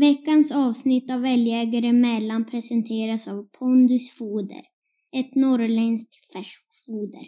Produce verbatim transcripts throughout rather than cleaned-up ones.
Veckans avsnitt av Älgjägare emellan presenteras av Pondus Foder, ett norrländskt färskfoder.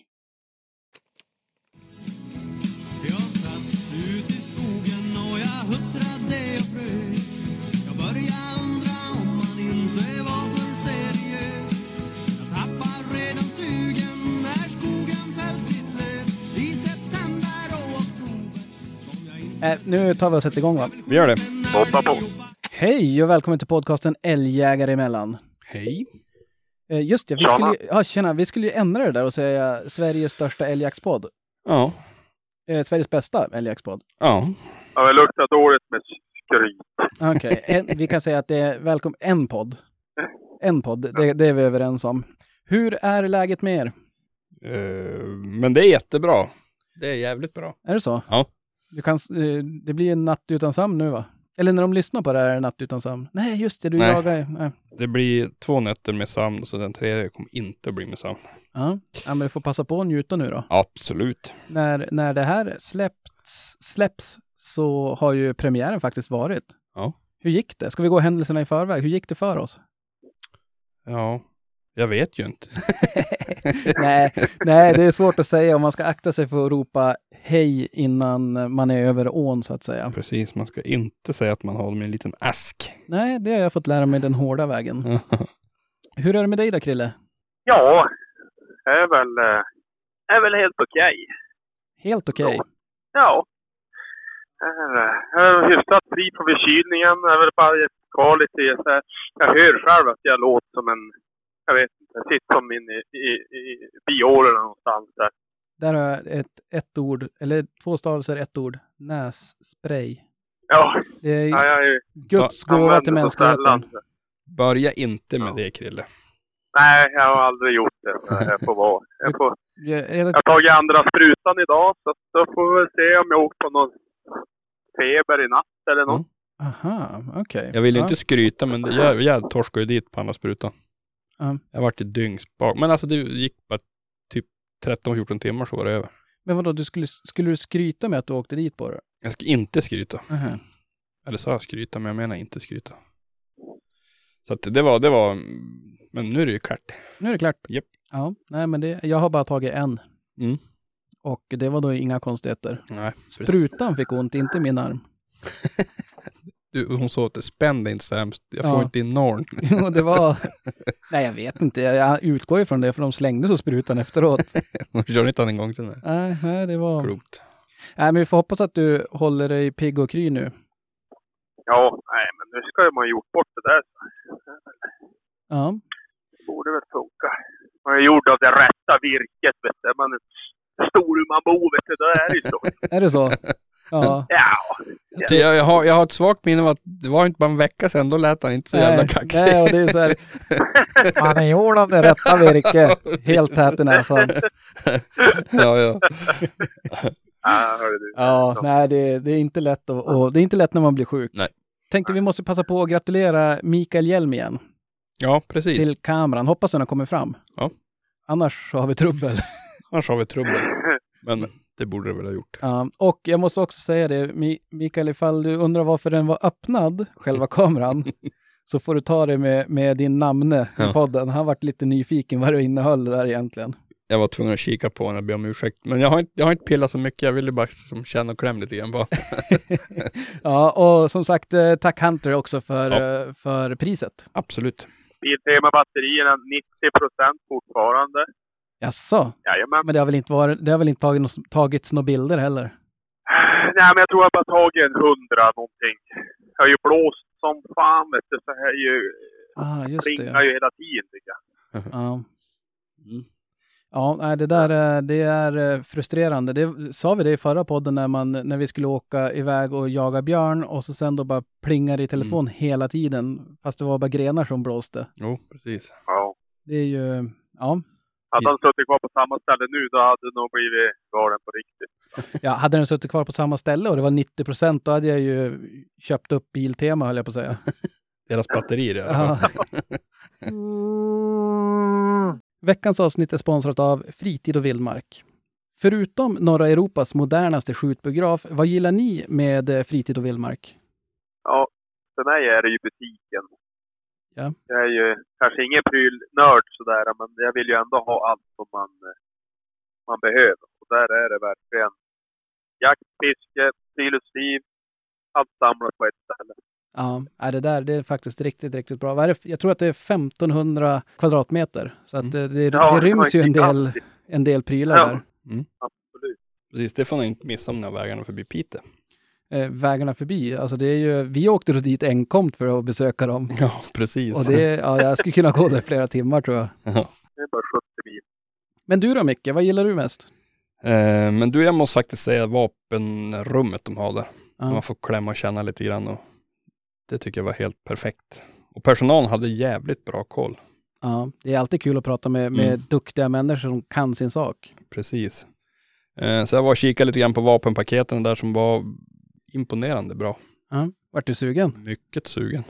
Jag satt ut i skogen och jag huttrade och frös. Jag började undra om man inte var för seriös. Jag tappar redan sugen när skogen fällt sitt löv i september och oktober. Äh, nu tar vi och sätter igång, va? Vi gör det. Hoppa på. Hej och välkommen till podcasten Älgjägare emellan. Hej. Eh, just det, vi Tjena. skulle, ja, tjena, vi skulle ju ändra det där och säga Sveriges största älgjaktspodd. Ja. Eh, Sveriges bästa älgjaktspodd. Ja. Ja, det luktar dåligt med skryt. Okej, okay. Vi kan säga att det är välkommen en podd. En podd, det, det är vi överens om. Hur är läget med er? Uh, men det är jättebra. Det är jävligt bra. Är det så? Ja. Du kan, eh, det blir en natt utan sömn nu, va? Eller när de lyssnar på det här är det natt utan sömn. Nej, just det, du Nej. jagar. Nej. Det blir två nätter med sömn, så den tredje kommer inte att bli med sömn. Ja. Ja, men du får passa på att njuta nu då. Absolut. När, när det här släpps, släpps så har ju premiären faktiskt varit. Ja. Hur gick det? Ska vi gå händelserna i förväg? Hur gick det för oss? Ja. Jag vet ju inte. nej, nej, det är svårt att säga om man ska akta sig för att ropa hej innan man är över ån, så att säga. Precis, man ska inte säga att man håller med en liten ask. Nej, det har jag fått lära mig den hårda vägen. Hur är det med dig då, Krille? Ja, det är väl, eh, är väl helt okej. Helt okej. Ja. Jag är, jag är hyfsat fri på förkylningen. Jag är väl bara kvar lite. Så här. Jag hör själv att jag låter som en, jag vet inte, jag sitter som in i, i, i biåren någonstans där. Där har jag ett, ett ord, eller två stavelser, ett ord. Nässpray. Ja, Det är ja jag är, Guds jag gåva till använder så sällan. mänskligheten. Börja inte med Ja. det, Krille. Nej, jag har aldrig gjort det. Jag får vara. Jag, får, Jag, jag, jag har tagit andra sprutan idag, så då får vi se om jag åker på någon feber i natt eller något. Mm. aha, okej. Okay. Jag vill ju ja. inte skryta, men det, jag, jag torskade ju dit på andra sprutan. Ja. Jag var till dyngsbak. Men alltså det gick bara typ tretton fjorton timmar så var det över. Men vadå, du skulle, skulle du skryta med att du åkte dit på det? Jag ska inte skryta. Aha. Eller sa jag skryta, men jag menar inte skryta. Så att det var, det var, men nu är det ju klart. Nu är det klart. Japp. Ja, nej men det, jag har bara tagit en. Mm. Och det var då inga konstigheter. Nej, precis. Sprutan fick ont, inte min arm. Du, hon sa att det spände inte så hemskt. Jag får Ja. inte in norn. Och det var... Nej, jag vet inte. Jag, jag utgår ifrån det, för de slängde så sprutan efteråt. Hon körde inte en gång till det. Nej, nej, det var... Klokt. Nej, men vi får hoppas att du håller dig pigg och kry nu. Ja, nej, men nu ska man ju gjort bort det där. Ja. Det borde väl funka. Man är gjord av det rätta virket, vet du. Man är stor hur man bor, vet du. Då är det ju så. Är det så? Ja. Ja. Jag, jag, jag, har, jag har ett svagt minne av att det var inte bara en vecka sedan. Då lät han inte så jävla kaxig. Nej, och det är så här... Man är gjord av det rätta virket. Helt tät i näsan. ja, ja. Ja, hörru du. Ja, nej, det, det är inte lätt att, och det är inte lätt när man blir sjuk. Nej. Tänkte vi måste passa på att gratulera Mikael Hjelm igen Ja, precis. till kameran. Hoppas den har kommit fram. Ja. Annars så har vi trubbel. Annars har vi trubbel. Men det borde det väl ha gjort. Ja, och jag måste också säga det, Mi- Mikael, ifall du undrar varför den var öppnad, själva kameran, så får du ta det med, med din namne i Ja. podden. Han har varit lite nyfiken vad det innehöll där egentligen. Jag var tvungen att kika på när jag ber om ursäkt. Men jag har inte, jag har inte pillat så mycket. Jag ville bara som känna och klämma lite grann bara. Ja, och som sagt, eh, tack Hunter också för, Ja. eh, för priset. Absolut. Biltema-batterierna nittio procent fortfarande. Jaså? Jajamän. Men det har väl inte, varit, det har väl inte tagit, nås- tagits några bilder heller? Nej, men jag tror jag bara tagit en hundra någonting. Jag har ju blåst som fan, vet du. Så här är ju... Ah, just det. Plingar ju hela tiden, tycker jag. Ja. Mm. Ja, nej, det där är- det är eh, frustrerande. Det sa vi det i förra podden när, man, när vi skulle åka iväg och jaga björn och så sen då bara plingar i telefon hela tiden. Fast det var bara grenar som blåste. Jo, precis. Ja. Det är ju, ja. Hade han suttit kvar på samma ställe nu, då hade det nog blivit galen på riktigt. Ja, hade den suttit kvar på samma ställe och det var nittio procent, då hade jag ju köpt upp Biltema, höll jag på att säga. Deras batterier i alla Ja. fall. Veckans avsnitt är sponsrat av Fritid och Vildmark. Förutom norra Europas modernaste skjutbiograf, vad gillar ni med eh, Fritid och Vildmark? Ja, för mig är det ju butiken. Ja. Jag är ju kanske ingen prylnörd sådär, men jag vill ju ändå ha allt som man, man behöver. Och där är det verkligen jakt, fiske, friluftsliv, allt samlat på ett ställe. Ja, det där det är faktiskt riktigt, riktigt bra. Vad är det? Jag tror att det är femtonhundra kvadratmeter. Så att det, det, Ja, det ryms ju en del, en del prylar Ja. där. Mm. Absolut. Precis, det får ni inte missa om ni har vägarna förbi Piteå. Eh, vägarna förbi, alltså det är ju, vi åkte då dit enkomt för att besöka dem. Ja, precis. Och det, ja, jag skulle kunna gå där flera timmar tror jag. Ja. Det är bara sjuttio mil. Men du då Micke, vad gillar du mest? Eh, men du, jag måste faktiskt säga vapenrummet de har där. Ja. Man får klämma och känna lite grann. Och det tycker jag var helt perfekt. Och personalen hade jävligt bra koll. Ja, det är alltid kul att prata med, med Mm. duktiga människor som kan sin sak. Precis. Eh, så jag var och kikade lite grann på vapenpaketen där som var imponerande bra. Ja, vart du sugen? Mycket sugen.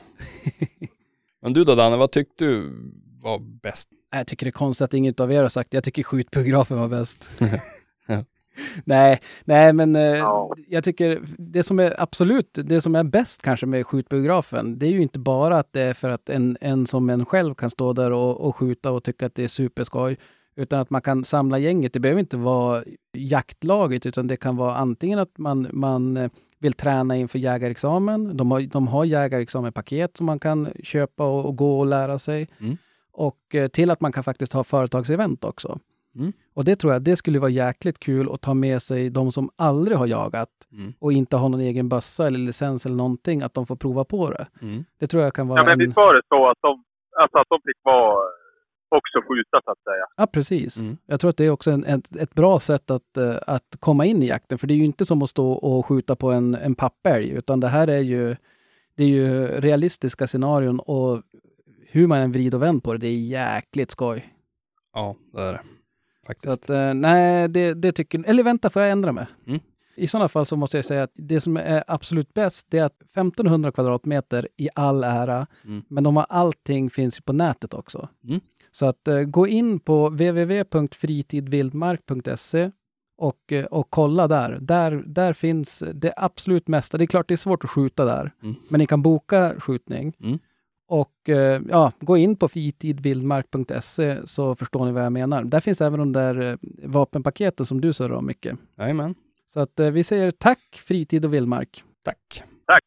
Men du då Danne, vad tyckte du var bäst? Jag tycker det är konstigt att inget av er har sagt. Jag tycker skjutbiografen var bäst. Ja. nej, nej, men eh, Ja. jag tycker det som är absolut, det som är bäst kanske med skjutbiografen, det är ju inte bara att det är för att en, en som en själv kan stå där och, och skjuta och tycka att det är superskoj, utan att man kan samla gänget. Det behöver inte vara jaktlaget, utan det kan vara antingen att man, man vill träna inför jägarexamen. De har, de har jägarexamenpaket som man kan köpa och, och gå och lära sig. Mm. Och eh, till att man kan faktiskt ha företagsevent också. Mm. Och det tror jag, det skulle vara jäkligt kul att ta med sig de som aldrig har jagat Mm. och inte har någon egen bössa eller licens eller någonting, att de får prova på det. Mm. Det tror jag kan vara Ja, men en... visst var det så att de, alltså att de fick vara också skjuta så att säga. Ja, precis. Mm. Jag tror att det är också en, ett, ett bra sätt att, eh, att komma in i jakten. För det är ju inte som att stå och skjuta på en, en pappälg, utan det här är ju, det är ju realistiska scenarion, och hur man än vrider och vänder på det, det är jäkligt skoj. Ja, det är det. Faktiskt. Så att, eh, nej, det, det tycker... Eller vänta, får jag ändra mig? Mm. I sådana fall så måste jag säga att det som är absolut bäst, det är att femtonhundra kvadratmeter i all ära, Mm. men de har allting finns ju på nätet också. Mm. Så att eh, gå in på w w w punkt fritidvildmark punkt se och, eh, och kolla där. där. Där finns det absolut mesta. Det är klart det är svårt att skjuta där, Mm. men ni kan boka skjutning. Mm. Och eh, ja, gå in på fritidvildmark punkt se så förstår ni vad jag menar. Där finns även de där eh, vapenpaketen som du sa då, Micke. Jajamän. Så att eh, vi säger tack Fritid och Vildmark. Tack.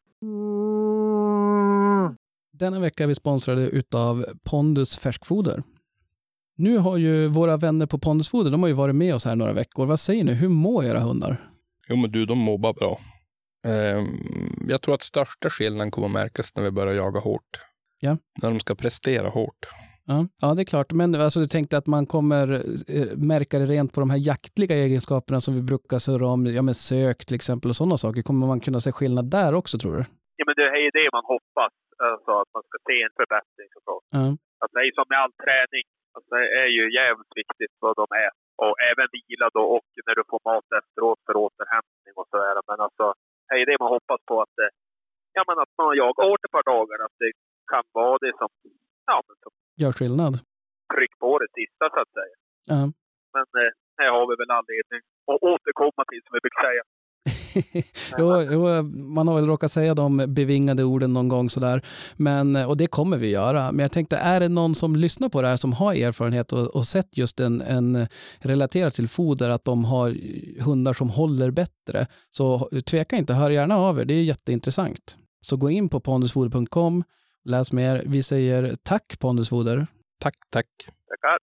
Denna vecka är vi sponsrade utav Pondus färskfoder. Nu har ju våra vänner på Pondus foder, de har ju varit med oss här några veckor. Vad säger ni? Hur mår era hundar? Jo, men du, de mobbar bra. Ehm, jag tror att största skillnaden kommer att märkas när vi börjar jaga hårt. Ja. När de ska prestera hårt. Ja, ja det är klart. Men alltså, du tänkte att man kommer eh, märka det rent på de här jaktliga egenskaperna som vi brukar surra om, ja men sök till exempel och sådana saker. Kommer man kunna se skillnad där också, tror du? Ja, men det är ju det man hoppas. Alltså att man ska se en förbättring såklart. Ja. Alltså det är som med all träning. Alltså det är ju jävligt viktigt vad de är. Och även vila då, och när du får mat efteråt för återhämtning och sådär. Men alltså, det är det man hoppas på, att det, ja, men att man jagar hårt ett par dagar. Att det kan vara det som, ja, men som Gör skillnad. tryck på det sista så att säga. Ja. Men eh, här har vi väl anledning att återkomma till, som vi brukar säga. jo, jo, man har väl råkat säga de bevingade orden någon gång sådär. Men, och det kommer vi göra. Men jag tänkte, är det någon som lyssnar på det här som har erfarenhet och, och sett just en, en relaterat till foder, att de har hundar som håller bättre, så tveka inte, hör gärna av er. Det är jätteintressant. Så gå in på pondusfoder punkt com, läs mer. Vi säger tack Pondusfoder. Tack, tack. Tackar.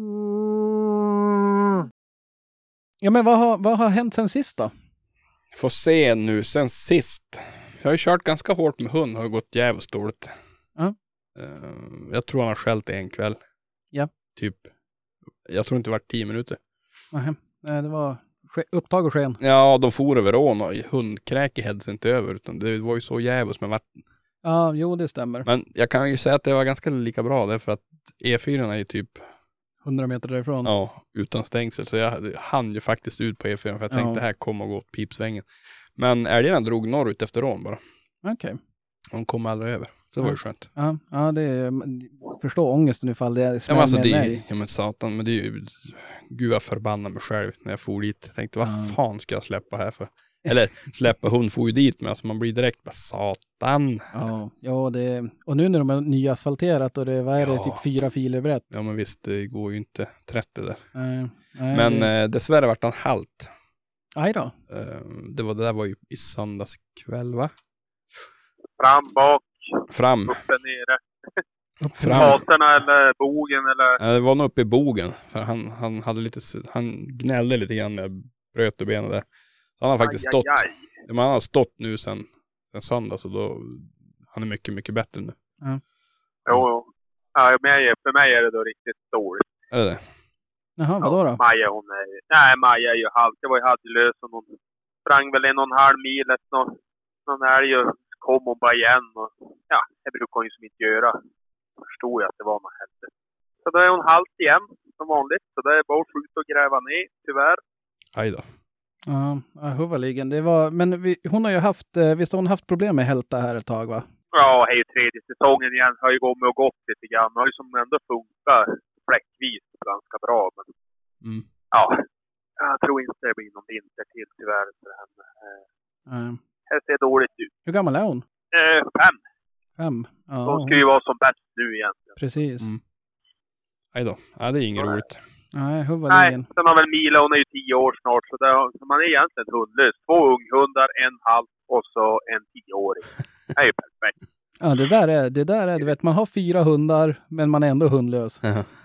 Ja, men vad har, vad har hänt sen sist då? Får se nu sen sist. Jag har ju kört ganska hårt med hund, har gått jävligt dåligt. Ja. Uh, jag tror han har skällt en kväll. Ja. Typ. Jag tror inte det var tio minuter. Nähä. Nej, det var upptag och sken. Ja, de for över ån och hundkräk heds inte över, utan det var ju så jävligt med vatten. Ja, jo det stämmer. Men jag kan ju säga att det var ganska lika bra därför att E fyra är ju typ hundra meter därifrån. ja, utan stängsel. Så jag hann ju faktiskt ut på E fyra för jag tänkte Ja. det här kommer att gå åt pipsvängen. Men älgarna drog norrut efter ån bara. Okej. Okay. De kom aldrig över. Så det var ju skönt. Ja, ja, det är, förstå ångesten ifall det är Ja, smäll men alltså med det är, nej. ja men satan, men det är ju, gud jag förbannade mig själv när jag for dit. Jag tänkte, vad Ja. fan ska jag släppa här för? Eller släppa hund får ju dit med, alltså man blir direkt bara satan. Ja, ja det, och nu när de har nyasfalterat och det vad är det, Ja. typ fyra filer brett. Ja men visst, det går ju inte trettio där. Nej, nej, Men det, eh, dessvärre vart han halt. aj då. Eh, det var det där var ju i söndags kväll va? Fram, bak, Fram. uppe, nere. Fram. Haserna eller bogen eller... Ja, det var nog uppe i bogen. För han, han hade lite, han gnällde lite grann när bröt och benen där. Så han har faktiskt Aj, stått. aj, aj. Men han har stått nu sen, sen söndag, så då han är mycket, mycket bättre nu. Jo, jo. Ja, men för mig är det då riktigt dåligt. Är det det? Jaha, vadå då? Maja hon är nej Maja är ju halvt. Det var ju halvlös och hon sprang väl en och en halv mil efter någon, någon älg och kom hon bara igen och ja, det brukar hon ju som inte göra. Jag förstod ju att det var något helvete. Så då är hon halvt igen som vanligt. Så det är bara att skjuta och gräva ner, tyvärr. Aj då. Ja, ja, huvudligen. Det var, men vi, hon har ju haft, eh, visst har hon haft problem med hälta här ett tag va? Ja, det är ju tredje säsongen igen. Har ju gått med och gått lite grann. Det har ju som ändå funkat fläckvis ganska bra. Men Mm. ja, jag tror inte det blir någon vinter till tyvärr för henne. Eh, Eh, Det ser dåligt ut. hur gammal är hon? Eh, fem. Fem? Ja, De ska ju vara som bäst nu egentligen. precis. Mm. Aj då. Ja, det är inget Nej. roligt. Nej, Nej, huvudligen. sen har väl Mila, hon är ju tio år snart. Så, det, så man är egentligen hundlös. Två unghundar, en halv och så en tioåring. Det är ju perfekt. Ja, det där är, det där är, du vet, man har fyra hundar, men man är ändå hundlös.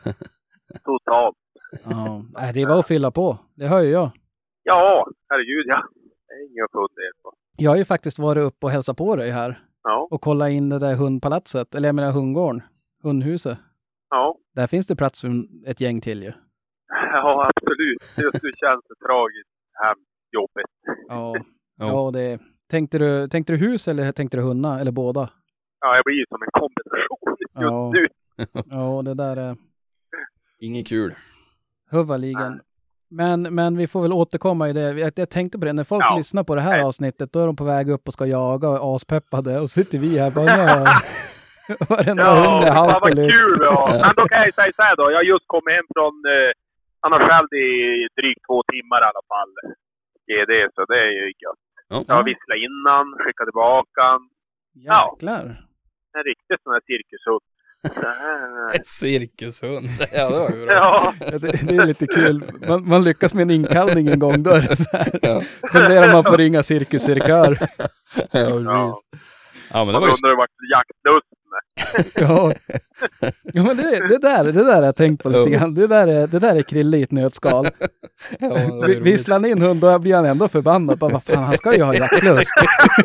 Totalt. Ja, nej, det är bara att fylla på. Det hör ju jag. Ja, herregud ja. Det är inget att fundera på. Jag har ju faktiskt varit upp och hälsat på dig här. Ja, Och kolla in det där hundpalatset. Eller jag menar hundgården. Hundhuset. ja. Där finns det plats för ett gäng till ju. Ja, absolut. Just nu känns det tragiskt. Hemskt jobbigt. Ja, Ja. ja det. Tänkte du, tänkte du hus eller tänkte du hundar? Eller båda? Ja, jag blir ju som en kombination just Ja. nu. Ja, det där är Inget kul. huvudligen. Men, men vi får väl återkomma i det. Jag, jag tänkte på det. När folk Ja. lyssnar på det här Nej. avsnittet, då är de på väg upp och ska jaga och är aspeppade. Och sitter vi här bara... "Nja." Varenda Ja, hund är fan vad halvt kul vi har. Men då kan jag säga så här då. Jag har just kommit hem från eh, han har själv i drygt två timmar i alla fall. G D, så det är ju gött. Ja. Jag har visslat innan, skickat tillbaka. Jäklar. En riktig sån här cirkushund. Så här. En cirkushund. Ja, det var ju bra. Ja, Ja, det, det är lite kul. Man, man lyckas med en inkallning en gång. Då är det så här. Ja. Funderar man på att ringa cirkuscirkör. Ja, ja. precis. Ja, men det Man var ju... undrar vart jaktlusten är. Ja, ja men det, det, där, det där har jag tänkt på lite Ja. grann. Det där är, det där är Krille i ett nötskal. Ja, det var ju Vi- roligt. Visslar han in hund, då blir han ändå förbannad. Bara, vad fan, han ska ju ha jaktlust.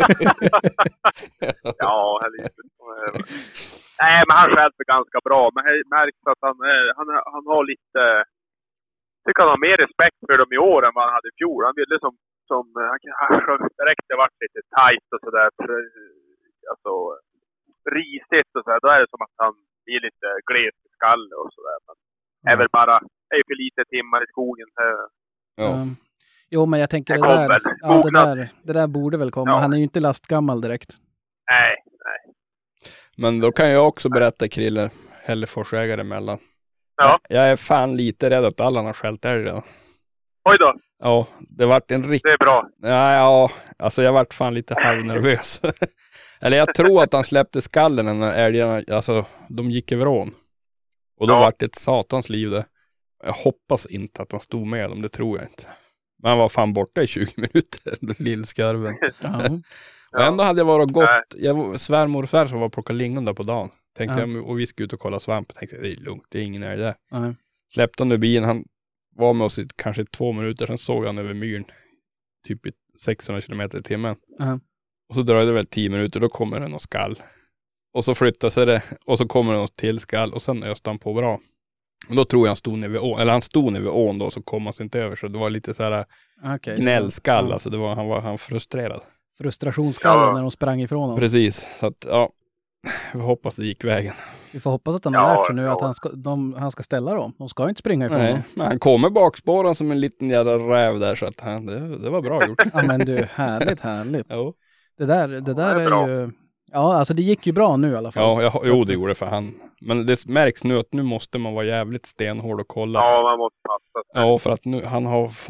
Ja, herregud. Nej, men han själv är ganska bra. Men det märks att han, är- han, han har lite... Jag tycker han har mer respekt för dem i år än vad han hade i fjol. Han ville som... som han, han, direkt det varit lite tajt och sådär. Alltså... Risigt och sådär. Då är det som att han blir lite gles i skalle och sådär. Men det är väl bara... Det är för lite timmar i skogen. Ja. Um, jo, men jag tänker Det det kommer där, väl. ja, det Mognad. där, det där borde väl komma. Ja. Han är ju inte lastgammal direkt. Nej, nej. Men då kan jag också berätta, Krille, Hälleforsägare emellan. Ja. Jag är fan lite rädd att Allan har skällt älg redan. Oj då. Ja, det vart en riktig... Det är bra. Ja, ja, alltså jag vart fan lite halvnervös. Eller jag tror att han släppte skallen när älgarna, alltså de gick ifrån. Och då Ja. vart det ett satans liv där. Jag hoppas inte att han stod med dem, det tror jag inte. Men han var fan borta i tjugo minuter, den lillskarven. Ja. Och ändå hade jag varit och gått, Nej. jag var svärmor och svär som var och plockade lingon där på dagen. Tänkte Ja. jag, och vi ska ut och kolla svamp. Tänkte jag, det är lugnt, det är ingen älg där. Nej. Släppte han ur bilen, han var med oss i kanske två minuter, sen såg han över myren. Typ i sexhundra kilometer i timmen. Ja. Och så dröjde det väl tio minuter, då kommer det någon skall. Och så flyttar sig det, och så kommer det någon till skall, och sen öste han på bra. Och då tror jag han stod nere vid ån, eller han stod nere vid ån då, så kom han sig inte över. Så det var lite så här Okej. gnällskall, Ja. alltså det var, han var han frustrerad. Frustrationsskallen Ja. när de sprang ifrån honom. Precis, så att ja, vi hoppas det gick vägen. Vi får hoppas att han har Ja, lärt sig nu ja. att han ska, de, han ska ställa dem. De ska inte springa ifrån Nej, honom. men han kommer bakspåren som en liten jävla räv där, så att han, det, det var bra gjort. Ja men du, härligt, härligt. Jo, Det där, det där det är är, bra. ju... Ja, alltså det gick ju bra nu i alla fall. ja, jag, jo det gjorde det för han. Men det märks nu att nu måste man vara jävligt stenhård och kolla. Ja, man måste passa sig. Ja, för att nu, han har fått,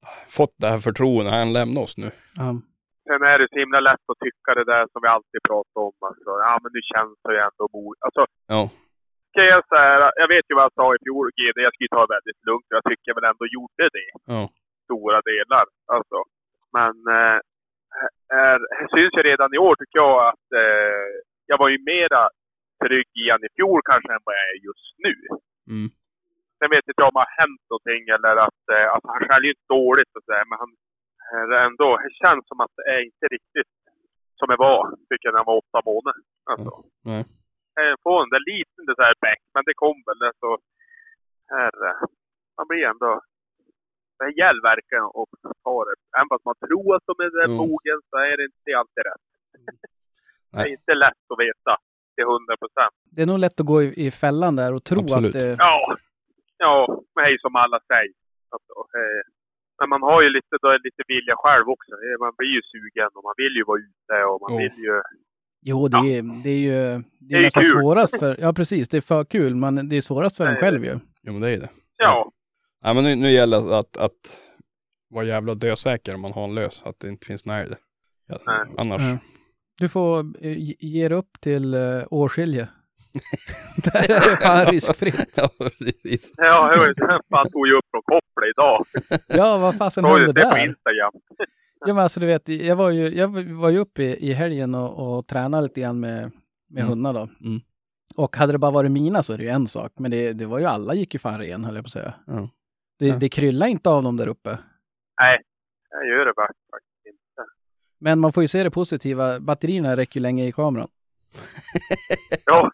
fått det här förtroendet. Han lämnar oss nu. Ja. Sen är det så himla lätt att tycka det där som vi alltid pratar om. Alltså, ja, men det känns det ju ändå mod. Alltså, Ja. ska jag, så här, jag vet ju vad jag sa i fjol, G D. Jag skulle ta det väldigt lugnt. Jag tycker jag väl ändå gjorde det. Ja. Stora delar. Alltså. Men eh, är, det syns ju redan i år tycker jag att eh, jag var ju mera trygg i han i fjol kanske än vad jag är just nu. Mm. Sen vet inte om det har hänt någonting eller att eh, alltså, han skäller ju inte dåligt och så där, men han är ändå, det känns som att det är inte riktigt som det var, tycker jag, när han var åtta månader. Alltså. Nej. Jag får en där liten det där back, men det kom väl så här, man blir ändå det är hjälverkan och ta det. Även fast man tror att de är där Mm. mogen så är det inte alltid rätt. Det är Nej. inte lätt att veta till hundra procent. Det är nog lätt att gå i, i fällan där och tro Absolut. att det... Ja, ja, men hej som alla säger. Alltså, eh, men man har ju lite, då är lite vilja själv också. Eh, Man blir ju sugen och man vill ju vara ute och man Jo. vill ju... Jo, det är, det är ju det Det är är nästan kul. svårast för... Ja, precis. Det är för kul, men det är svårast för en Nej. själv ju. Jo, men det är det. Ja, Nej, men nu, nu gäller det att, att vara jävla dösäker om man har en lös. Att det inte finns när det. Ja, Nej. annars... Ja. Du får eh, ge ge dig upp till uh, årskilje. Där är det fan riskfritt. Ja, precis. ja jag vet inte. Han tog ju upp från kopplet idag. Ja, vad fasen Såg ju händer det på där? Instagram. Ja, men alltså du vet, jag var ju, jag var ju uppe i, i helgen och, och tränade lite grann med, med Mm. hundar då. Mm. Och hade det bara varit mina så är det ju en sak. Men det, det var ju alla gick ju fan ren, höll jag på att säga. Ja. Det, Ja. det kryllar inte av dem där uppe. Nej, jag gör det bara faktiskt inte. Men man får ju se det positiva. Batterierna räcker ju länge i kameran. Ja.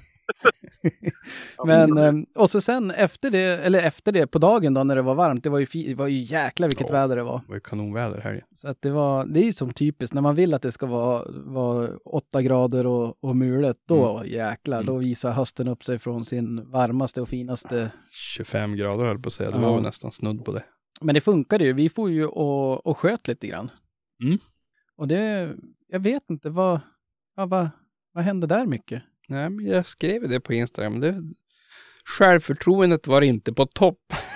Men, eh, och så sen efter det, eller efter det på dagen då när det var varmt, det var ju, fi, det var ju jäkla vilket Ja. väder det var. Det var ju kanonväder här. Så att det var, det är ju som typiskt, när man vill att det ska vara, vara åtta grader och, och mulet, då Mm. jäklar, Mm. då visar hösten upp sig från sin varmaste och finaste. tjugofem grader höll på att säga. Det Ja. var väl nästan snudd på det. Men det funkade ju, vi får ju och, och sköt lite grann. Mm. Och det, jag vet inte, vad, ja, vad, vad hände där mycket? Nej, men jag skrev det på Instagram. Det, självförtroendet var inte på topp.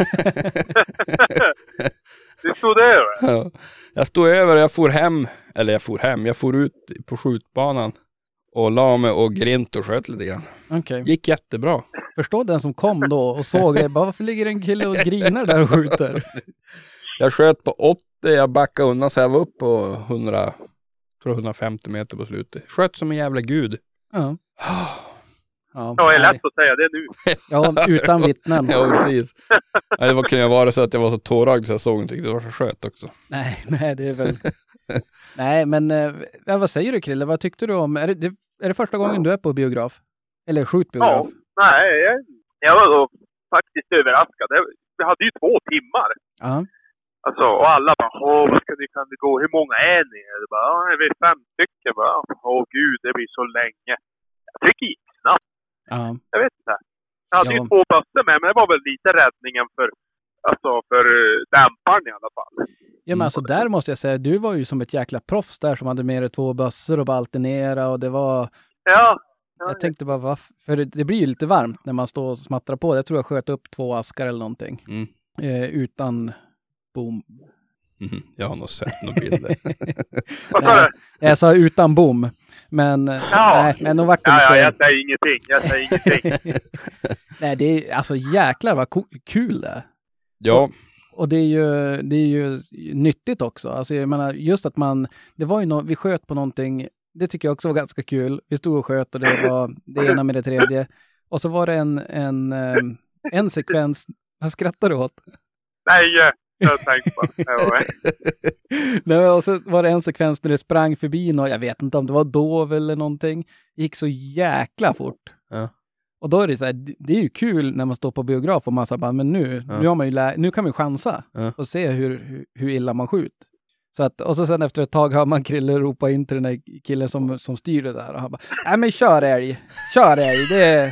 Det stod det. Ja. Jag stod över och jag for hem. Eller jag for hem. Jag for ut på skjutbanan. Och la mig och grint och sköt lite grann. Okej. Gick jättebra. Förstå den som kom då och såg det, bara varför ligger en kille och grinar där och skjuter? Jag sköt på åttio. Jag backade undan så jag var upp på hundra, tror hundrafemtio meter på slutet. Sköt som en jävla gud. Ja. Ja, Ja, det är nej. lätt att säga det nu. Ja, utan vittnen. Ja, precis. Ja, det var, kunde ju vara så att jag var så tårögd så jag såg inte riktigt vad jag sköt också. Nej, nej, det är väl... nej, men eh, ja, vad säger du Krille? Vad tyckte du om... Är det, det, är det första gången du är på biograf? Eller skjutbiograf? Ja, nej, jag, jag var då faktiskt överraskad. Jag, vi hade ju två timmar. Ja. Alltså, och alla bara, åh, vad ska ni, kan det gå? Hur många är ni? Jag bara, ja, vi är fem stycken. Bara, åh gud, det blir så länge. Jag tycker det gick snabbt. Ja. Jag vet inte. Jag hade Ja. ju två bössor med, men det var väl lite räddningen för, alltså, för uh, dämparen i alla fall. Ja, men alltså där måste jag säga, du var ju som ett jäkla proffs där som hade med dig två bössor och bara alternera och det var... Ja. ja Jag tänkte bara, vad... För det, det blir ju lite varmt när man står och smattrar på. Jag tror jag sköt upp två askar eller någonting. Mm. Eh, utan bom. Mhm. Jag har nog sett några bilder. Vad sa du? Jag sa utan bom. Men, eh, Ja. nej, men nog vart det Ja, ja, lite... jag säger ingenting. Jag säger ingenting. Nej, det är alltså jäklar vad ko- kul det är. Ja, Och det är ju, det är ju nyttigt också. Alltså jag menar, just att man, det var ju no, vi sköt på någonting, det tycker jag också var ganska kul. Vi stod och sköt och det var det ena med det tredje. Och så var det en, en, eh, en sekvens, vad skrattar du åt? Nej, jag tänkte på det. Ja, Nej, och så var det en sekvens när det sprang förbi och jag vet inte om det var dov eller någonting. Det gick så jäkla fort. Ja. Och då är det så här, det är ju kul när man står på biograf och man säger bara, men nu, Ja. nu, har man ju lä- nu kan vi chansa Ja. och se hur, hur, hur illa man skjuter. Så att, och så sen efter ett tag hör man Krille ropa in till den där killen som, som styr det där och han bara, nej men kör älg, kör älg, det är...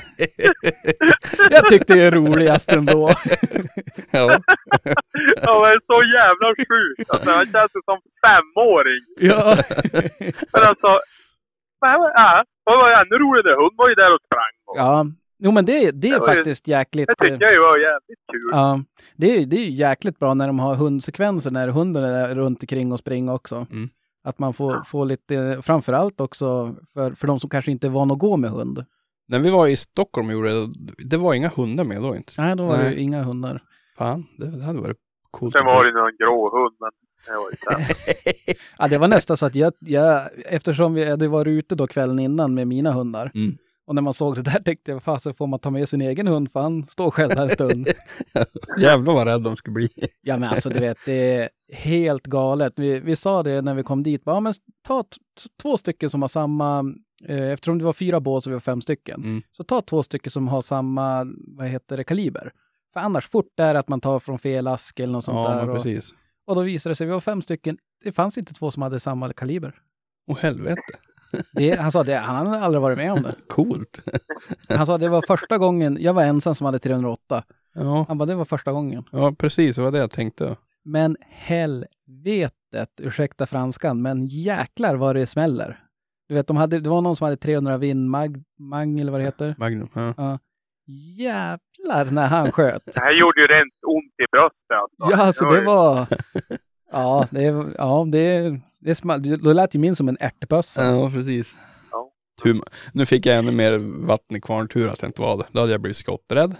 Jag tyckte det är roligast ändå. ja. ja, men så jävla sjukt. Alltså, han känns som femåring. Ja. Men alltså, men, ja, det var ju ännu roligare. Hon var ju där och sprang. Och, Ja, Jo, men det, det är Det var ju- faktiskt jäkligt... Det tycker jag ju var jävligt kul. Ja, det är, det är ju jäkligt bra när de har hundsekvenser, när hunden är runt omkring och springer också. Mm. Att man får, får lite, framförallt också för, för de som kanske inte är van att gå med hund. När vi var i Stockholm och gjorde det, det var inga hundar med då inte. Nej, då var Nej. det ju inga hundar. Fan, det, det hade varit coolt. Sen var det någon grå hund, men det var ju sen. Ja, det var nästan så att jag, jag eftersom vi hade varit ute då kvällen innan med mina hundar. Mm. Och när man såg det där tänkte jag, fan, så får man ta med sin egen hund för han står själv här en stund. Jävlar vad rädd de skulle bli. Ja, men alltså du vet, det är helt galet. Vi, vi sa det när vi kom dit, bara, ja, men ta t- två stycken som har samma, eh, eftersom det var fyra bås och vi var fem stycken, Mm. så ta två stycken som har samma, vad heter det, kaliber. För annars fort är det att man tar från fel ask eller något sånt Ja, där. men Och, precis. och då visade det sig, vi var fem stycken, det fanns inte två som hade samma kaliber. Åh helvete. Det, han sa det, han hade aldrig varit med om det. Coolt. Han sa det var första gången, jag var ensam som hade trehundraåtta. Ja, Han bara, det var första gången. ja precis. Det var det jag tänkte. Men helvetet, ursäkta franskan, men jäklar vad det smäller. Du vet, de hade, det var någon som hade trehundra vinn, mag, mag eller vad det heter. Magnum. Ja. Ja. Jävlar när han sköt. Det här gjorde ju rent ont i bröstet. Alltså. Ja, alltså det ju- var... Ja, det, ja, det, det small, då lät ju min som en ärtpössa. Ja, precis. Ja. Tur, nu fick jag ännu mer vatten i kvarn, tur att jag inte var det. Då hade jag blivit skotträdd.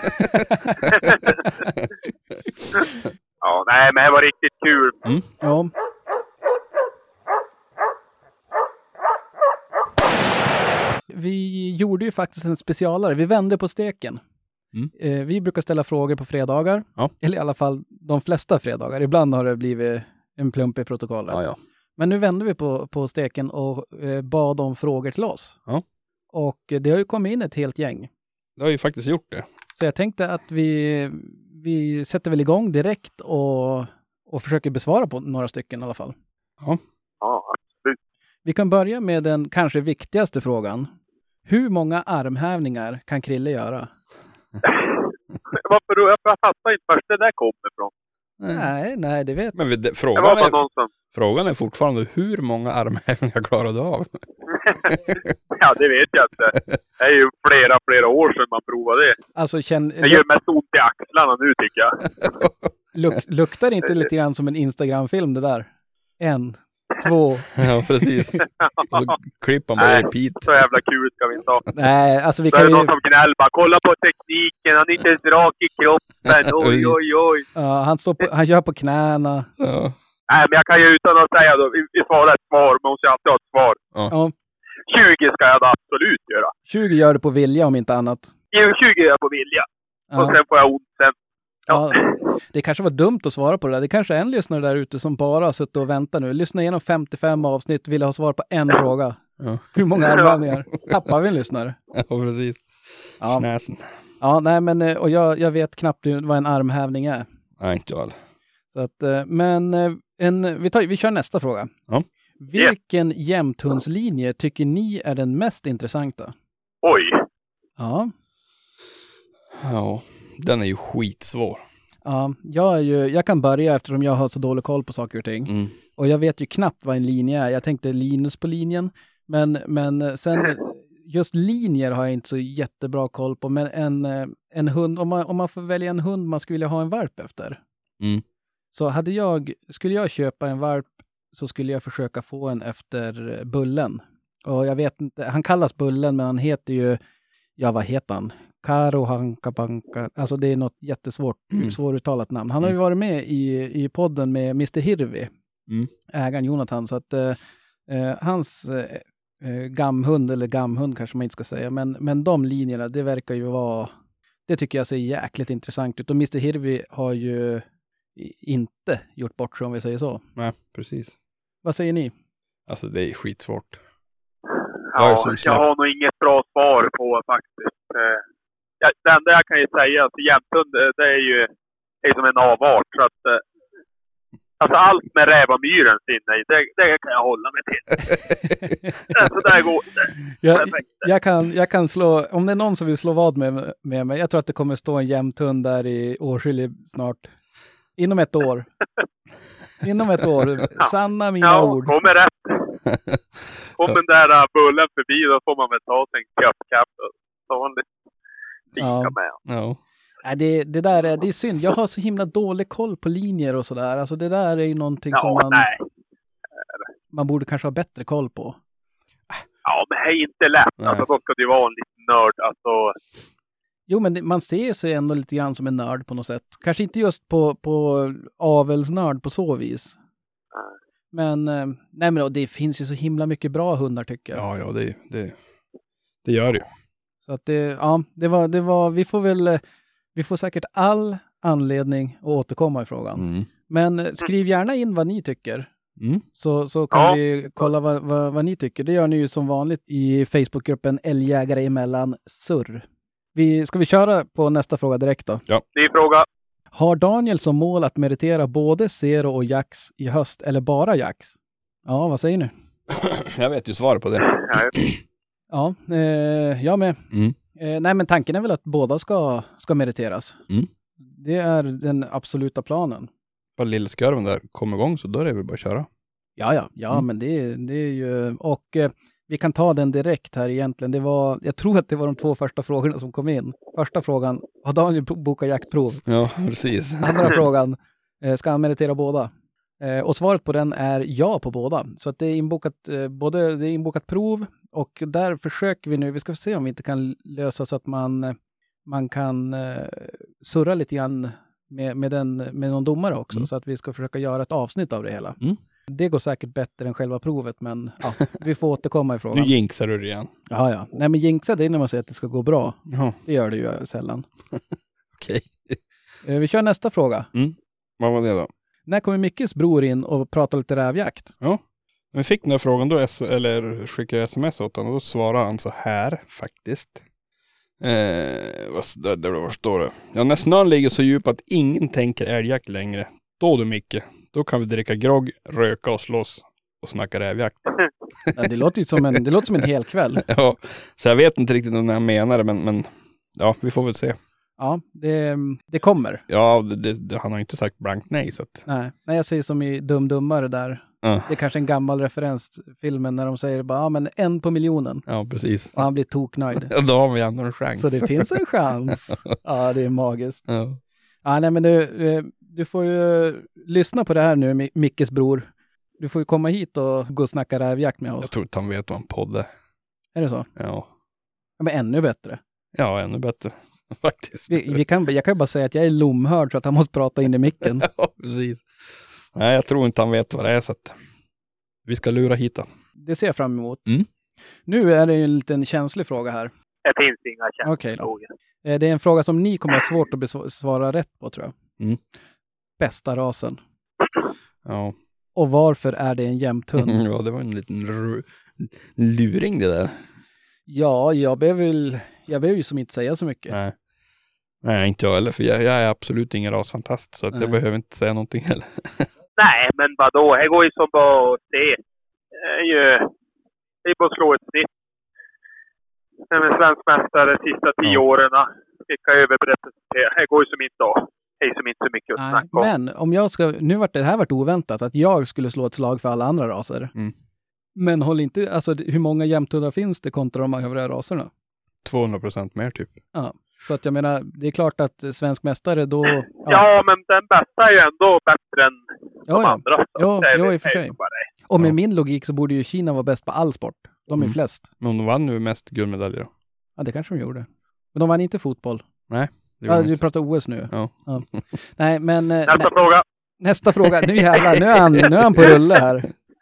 Ja, nej, men det var riktigt kul. Ja. Vi gjorde ju faktiskt en specialare. Vi vände på steken. Mm. Eh, vi brukar ställa frågor på fredagar. Ja. Eller i alla fall de flesta fredagar. Ibland har det blivit en plump i protokollet. Ja, ja. Men nu vände vi på, på steken och eh, bad om frågor till oss. Ja. Och eh, det har ju kommit in ett helt gäng. Det har ju faktiskt gjort det. Så jag tänkte att vi, vi sätter väl igång direkt och, och försöker besvara på några stycken i alla fall. Ja, absolut. Vi kan börja med den kanske viktigaste frågan. Hur många armhävningar kan Krille göra? Varför då? Jag fattar inte vart det där kommer ifrån. Nej, nej, det vet Men vi, det, Det frågan, var bara är, någon som... frågan är fortfarande hur många armhävningar klarar du av? Ja, det vet jag inte. Det är ju flera, flera år sedan man provade det. Alltså, känn, Det gör mest ont i axlarna nu, tycker jag. luk, luktar det inte lite grann som en Instagram-film det där? En, två. Ja, precis. Och så klipper man bara i repeat. Så jävla kul ska vi inte ha. Nej, alltså vi Så är kan det ju... någon som gnäller bara, kolla på tekniken, han är inte ens rak i kroppen, oj oj oj. Ja, han, står på, han gör på knäna. Ja. Nej, men jag kan ju utan att säga då, vi, vi svarar ett svar, man måste ju alltid ha ett svar. Ja, tjugo ska jag då absolut göra. tjugo gör det på vilja om inte annat. Jo, tjugo gör jag på vilja. Och Ja. sen får jag ont sen. Ja, det kanske var dumt att svara på det där. Det kanske är en lyssnare där ute som bara har suttit och väntat nu. Lyssna igenom femtiofem avsnitt, vill ha svar på en fråga. Ja. Hur många armhävningar? Tappar vi en lyssnare? Ja, precis. Ja, Knäsen. ja nej men eh, och jag, jag vet knappt vad en armhävning är. Nej, inte jag. Så att, eh, men eh, en, vi, tar, vi kör nästa fråga. Ja. Vilken jämthundslinje tycker ni är den mest intressanta? Oj. Ja, Ja, den är ju skitsvår. ja jag, är ju, jag kan börja eftersom jag har så dålig koll på saker och ting. Mm. Och jag vet ju knappt vad en linje är. Jag tänkte Linus på linjen. Men, men sen just linjer har jag inte så jättebra koll på. Men en, en hund, om man, om man får välja en hund man skulle vilja ha en valp efter. Mm. Så hade jag, skulle jag köpa en valp så skulle jag försöka få en efter Bullen. Och jag vet inte, han kallas Bullen men han heter ju, ja vad heter han? Karo Hankapanka. Alltså det är något jättesvårt, Mm. svåruttalat namn. Han har ju varit med i, i podden med mister Hirvi. Mm. Ägaren Jonathan. Så att eh, eh, hans eh, gamhund, eller gamhund kanske man inte ska säga, men, men de linjerna, det verkar ju vara, det tycker jag ser jäkligt intressant ut. Och mister Hirvi har ju inte gjort bort sig om vi säger så. Nej, precis. Vad säger ni? Alltså det är skitsvårt. Jag är Ja, som jag släpp. har nog inget bra svar på faktiskt. Eh, ja, det enda jag kan ju säga, alltså jämthund, eh, det är ju det är som en avart. Så att, eh, alltså allt med rävamyrens inne i, det, det kan jag hålla mig till. Så där går det. Jag, Perfekt. jag, kan, jag kan slå, om det är någon som vill slå vad med, med mig, jag tror att det kommer stå en jämthund där i Årskilje snart. Inom ett år. Inom ett år. Sanna mina Ja, ord. kommer rätt. Om den där uh, bullen förbi, då får man väl ta sig en köpkapp. Vanligt. fika Ja. med. Ja. Nej, det, det där är, det är synd. Jag har så himla dålig koll på linjer och sådär. Alltså det där är ju någonting som Ja, man, nej. man borde kanske ha bättre koll på. Ja, men det är inte lätt. Nej. Alltså, då ska du vara en liten nörd. Alltså, Jo, men det, man ser sig ändå lite grann som en nörd på något sätt. Kanske inte just på, på avelsnörd på så vis. Men, eh, nej men det finns ju så himla mycket bra hundar tycker jag. Ja, ja, det, det, det gör det ju. Så att det, ja, det var, det var, vi får väl, eh, vi får säkert all anledning att återkomma i frågan. Mm. Men eh, skriv gärna in vad ni tycker. Mm. Så, så kan Ja. vi kolla vad, vad, vad ni tycker. Det gör ni ju som vanligt i Facebookgruppen Älgjägare emellan surr. Vi, ska vi köra på nästa fråga direkt då? ny fråga. Har Daniel som mål att meritera både Zero och Jax i höst eller bara Jax? Ja, vad säger ni? Jag vet ju svaret på det. Nej. Ja, eh, jag med. Mm. Eh, nej, men tanken är väl att båda ska, ska meriteras. Mm. Det är den absoluta planen. Bara lillskarven där kommer igång så då är det väl bara att köra. Ja, ja, ja, Mm. men det, det är ju... Och eh, vi kan ta den direkt här egentligen. Det var, jag tror att det var de två första frågorna som kom in. Första frågan, har Daniel bokat jaktprov? Ja, precis. Andra frågan, eh, ska han meritera båda? Eh, och svaret på den är ja på båda. Så att det är inbokat, eh, både, det är inbokat prov och där försöker vi nu, vi ska se om vi inte kan lösa så att man, eh, man kan eh, surra lite grann med, med, den, med någon domare också. Mm. Så att vi ska försöka göra ett avsnitt av det hela. Mm. Det går säkert bättre än själva provet, men ja, vi får återkomma i Nu frågan. jinxar du det igen. Ja, ja. Nej, men jinxa det är när man säger att det ska gå bra. Ja, Det gör det ju sällan. okej. Eh, vi kör nästa fråga. Vad var det då? När kommer Mickes bror in och pratar lite rävjakt? Ja. När vi fick den här frågan då, S- eller skickade sms åt honom, då svarade han så här faktiskt. Eh, vad, där, där, vad står det? Ja, när snön ligger så djup att ingen tänker älgjakt längre. Då du Micke, då kan vi dricka grogg, röka och slåss och snacka rävjakt. Ja, det låter ju som en, det låter som en hel kväll. Ja, så jag vet inte riktigt vad han menar det, men, men ja, vi får väl se. Ja, det, det kommer. Ja, det, det, det, han har inte sagt blankt nej, så att... Nej, nej, jag säger som i Dum Dummare där. Ja, Det är kanske en gammal referens filmen när de säger bara, ja men en på miljonen. ja precis. Och han blir toknöjd. Ja, då har vi ändå en chans. Så det finns en chans. Ja, det är magiskt. Ja. Ja, nej men du, eh, du får ju lyssna på det här nu, Mi- Mickes bror. Du får ju komma hit och gå och snacka rävjakt med oss. Jag tror inte han vet vad en podd är. Är det så? Ja, Ja, men ännu bättre. ja ännu bättre faktiskt. Vi, vi kan, jag kan ju bara säga att jag är lomhörd så att han måste prata in i micken. Ja, precis. Nej, jag tror inte han vet vad det är, så att vi ska lura hit han. Det ser jag fram emot. Mm. Nu är det ju en liten känslig fråga här. Det finns inga känslor. Okej då. Eh, Det är en fråga som ni kommer ha svårt att besvara rätt på, tror jag. Mm. Bästa rasen. Ja. Och varför är det en jämthund? Ja, det var en liten ru- luring det där. Ja, jag behöver väl, jag behöver ju som inte säga så mycket. Nej. Nej, inte jag heller, för jag, jag är absolut ingen rasfantast, så att jag Nej. behöver inte säga någonting heller. Nej, men vadå? Det går ju som bara att se. Det är ju... Det är bara att slå ett snitt. Jag är svensk mästare de sista tio Ja. åren. Vilka överrepresenterar. Det går ju som inte att... Det är som inte så mycket att Nej, snacka om. men om jag ska, nu vart det, det här vart oväntat att jag skulle slå ett slag för alla andra raser. Mm. Men håll inte, alltså hur många jämthundar finns det kontra de övriga raserna? tvåhundra procent mer typ. Ja, så att jag menar, det är klart att svensk mästare då... Ja, Ja, men den bästa är ju ändå bättre än de ja, ja. andra. Så Ja, det är ja, väl- i och för det är sig. ju bara det. Och med Ja. min logik så borde ju Kina vara bäst på all sport. De är Mm. flest. Men de vann nu mest guldmedaljer då. Ja, det kanske de gjorde. Men de vann inte fotboll. Det Ja, gjorde de du inte. pratar O S nu. Ja. Nej, men... eh, Nästa nä, fråga. nästa fråga. Nu jävlar, nu är han, nu är han på rulle här.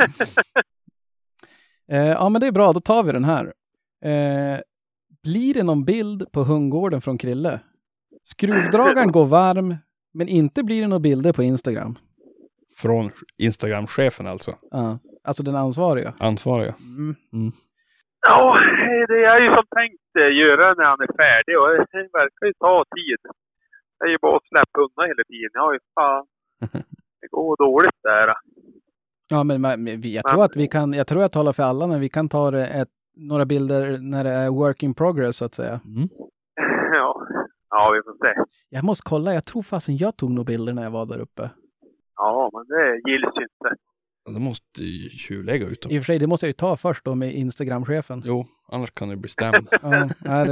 Eh, ja, men det är bra. Då tar vi den här. Eh, blir det någon bild på hundgården från Krille? Skruvdragaren går varm, men inte blir det några bilder på Instagram. Från Instagram-chefen alltså. Ja, alltså den ansvariga. Ansvariga. Mm. Ja, det är ju som tänkt eh, göra när han är färdig. Och det verkar ju ta tid. Det är ju bara att släppa undan hela tiden. Ja, fan. Det går dåligt där. Ja, men man- men vi- jag tror att vi kan, jag tror jag talar för alla, men vi kan ta det ett, några bilder när det är work in progress så att säga. Mm. Ja. Ja, vi får se. Jag måste kolla, jag tror fasen jag tog nog bilder när jag var där uppe. Ja, men det gills ju inte. De måste ju tjuvlägga ut dem. I och för sig, det måste jag ju ta först då med Instagram-chefen. Jo, annars kan det bli stämd. Ja, nej, det,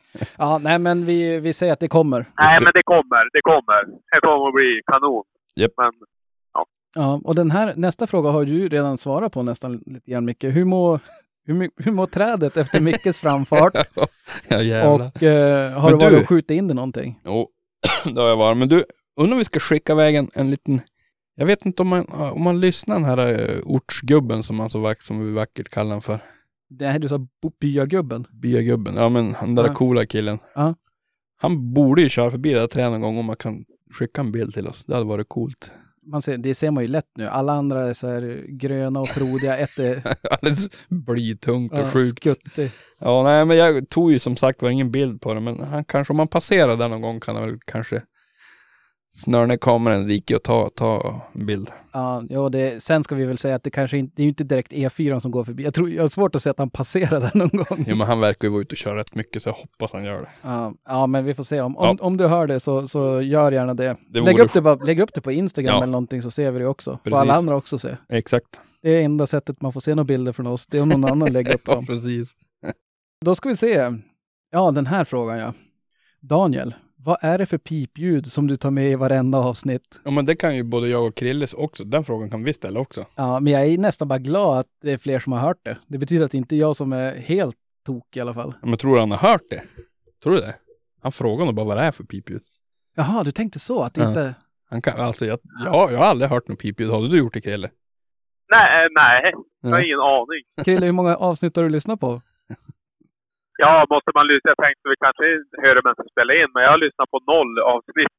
Ja, nej men vi, vi säger att det kommer. Nej, men det kommer. Det kommer. Det kommer att bli kanon. Japp. Men Ja, och den här nästa fråga har du redan svarat på nästan lite grann, Micke. Hur mår, hur, my- hur mår trädet efter Mickes framfart? Ja, jävlar. Och eh, har Men du varit du- och skjutit in det någonting? Jo, det har jag varit. Men du, undrar om vi ska skicka iväg en, en liten... Jag vet inte om man, om man lyssnar den här uh, ortsgubben som man så vackert, som vi vackert kallar den för. Det här du sa bo- byagubben. Byagubben. Ja, men den där Ja. coola killen. Ja. Han borde ju köra förbi det här trädet någon gång om man kan skicka en bild till oss. Det hade varit coolt. Man ser, det ser man ju lätt nu. Alla andra är så här gröna och frodiga. Ett är Alldeles blytungt och ja, sjukt. skuttig. Ja, nej, men jag tog ju som sagt var ingen bild på det. Men han kanske, om man passerar där någon gång kan han väl kanske snöra ner kameran i diket och ta, ta en bild. Ja, ja det, sen ska vi väl säga att det kanske inte, det är ju inte direkt E fyra som går förbi. Jag tror, jag har svårt att se att han passerar där någon gång. Jo, men han verkar ju vara ute och köra rätt mycket så jag hoppas han gör det. Ja, ja, men vi får se. Om, om, Ja. om du hör det så, så gör gärna det. Det lägg, vore- upp det bara, lägg upp det på Instagram Ja. eller någonting så ser vi det också. Får Precis. alla andra också se. Exakt. Det är enda sättet man får se några bilder från oss. Det är om någon annan lägger upp Ja, dem. precis. Då ska vi se. Ja, den här frågan ja. Daniel, vad är det för pipljud som du tar med i varenda avsnitt? Ja, men det kan ju både jag och Krilles också. Den frågan kan vi ställa också. Ja, men jag är nästan bara glad att det är fler som har hört det. Det betyder att det inte är jag som är helt tok i alla fall. Ja, men tror du han har hört det? Tror du det? Han frågar nog bara vad det är för pipljud. Jaha, du tänkte så att det Ja. inte... Han kan, alltså, jag, ja, jag har aldrig hört något pipljud. Har du gjort det, Krille? nej, nej. Jag har Nej. ingen aning. Krille, hur många avsnitt har du lyssnat på? Ja, måste man lyssna. Jag tänkte vi kanske hör vem som spelar in, men jag har lyssnat på noll avsnitt.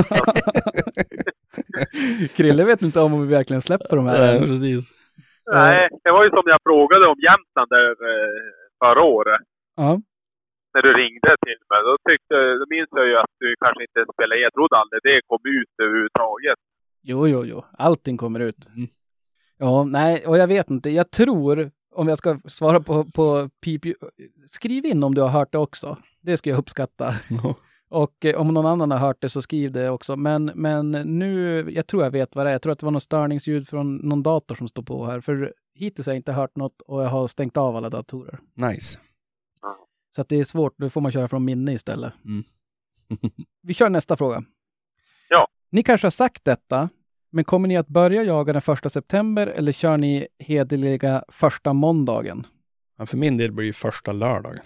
Krille vet inte om vi verkligen släpper de här Nej, ens. precis. Nej, det var ju som jag frågade om Jämtland där eh, förra året. Ja. När du ringde till mig. Då, tyckte, då minns jag ju att du kanske inte spelade in. Jag trodde aldrig det kom ut överhuvudtaget. Jo, jo, jo. Allting kommer ut. Mm. Ja, nej, och jag vet inte. Jag tror, om jag ska svara på, på pip... Skriv in om du har hört det också. Det ska jag uppskatta. Ja. Och eh, om någon annan har hört det så skriv det också. Men, men nu, jag tror jag vet vad det är. Jag tror att det var något störningsljud från någon dator som står på här. För hittills har jag inte hört något och jag har stängt av alla datorer. Nice. Så att det är svårt. Nu får man köra från minne istället. Mm. Vi kör nästa fråga. Ja. Ni kanske har sagt detta, men kommer ni att börja jaga den första september eller kör ni hederliga första måndagen? Ja, för min del blir det första lördagen.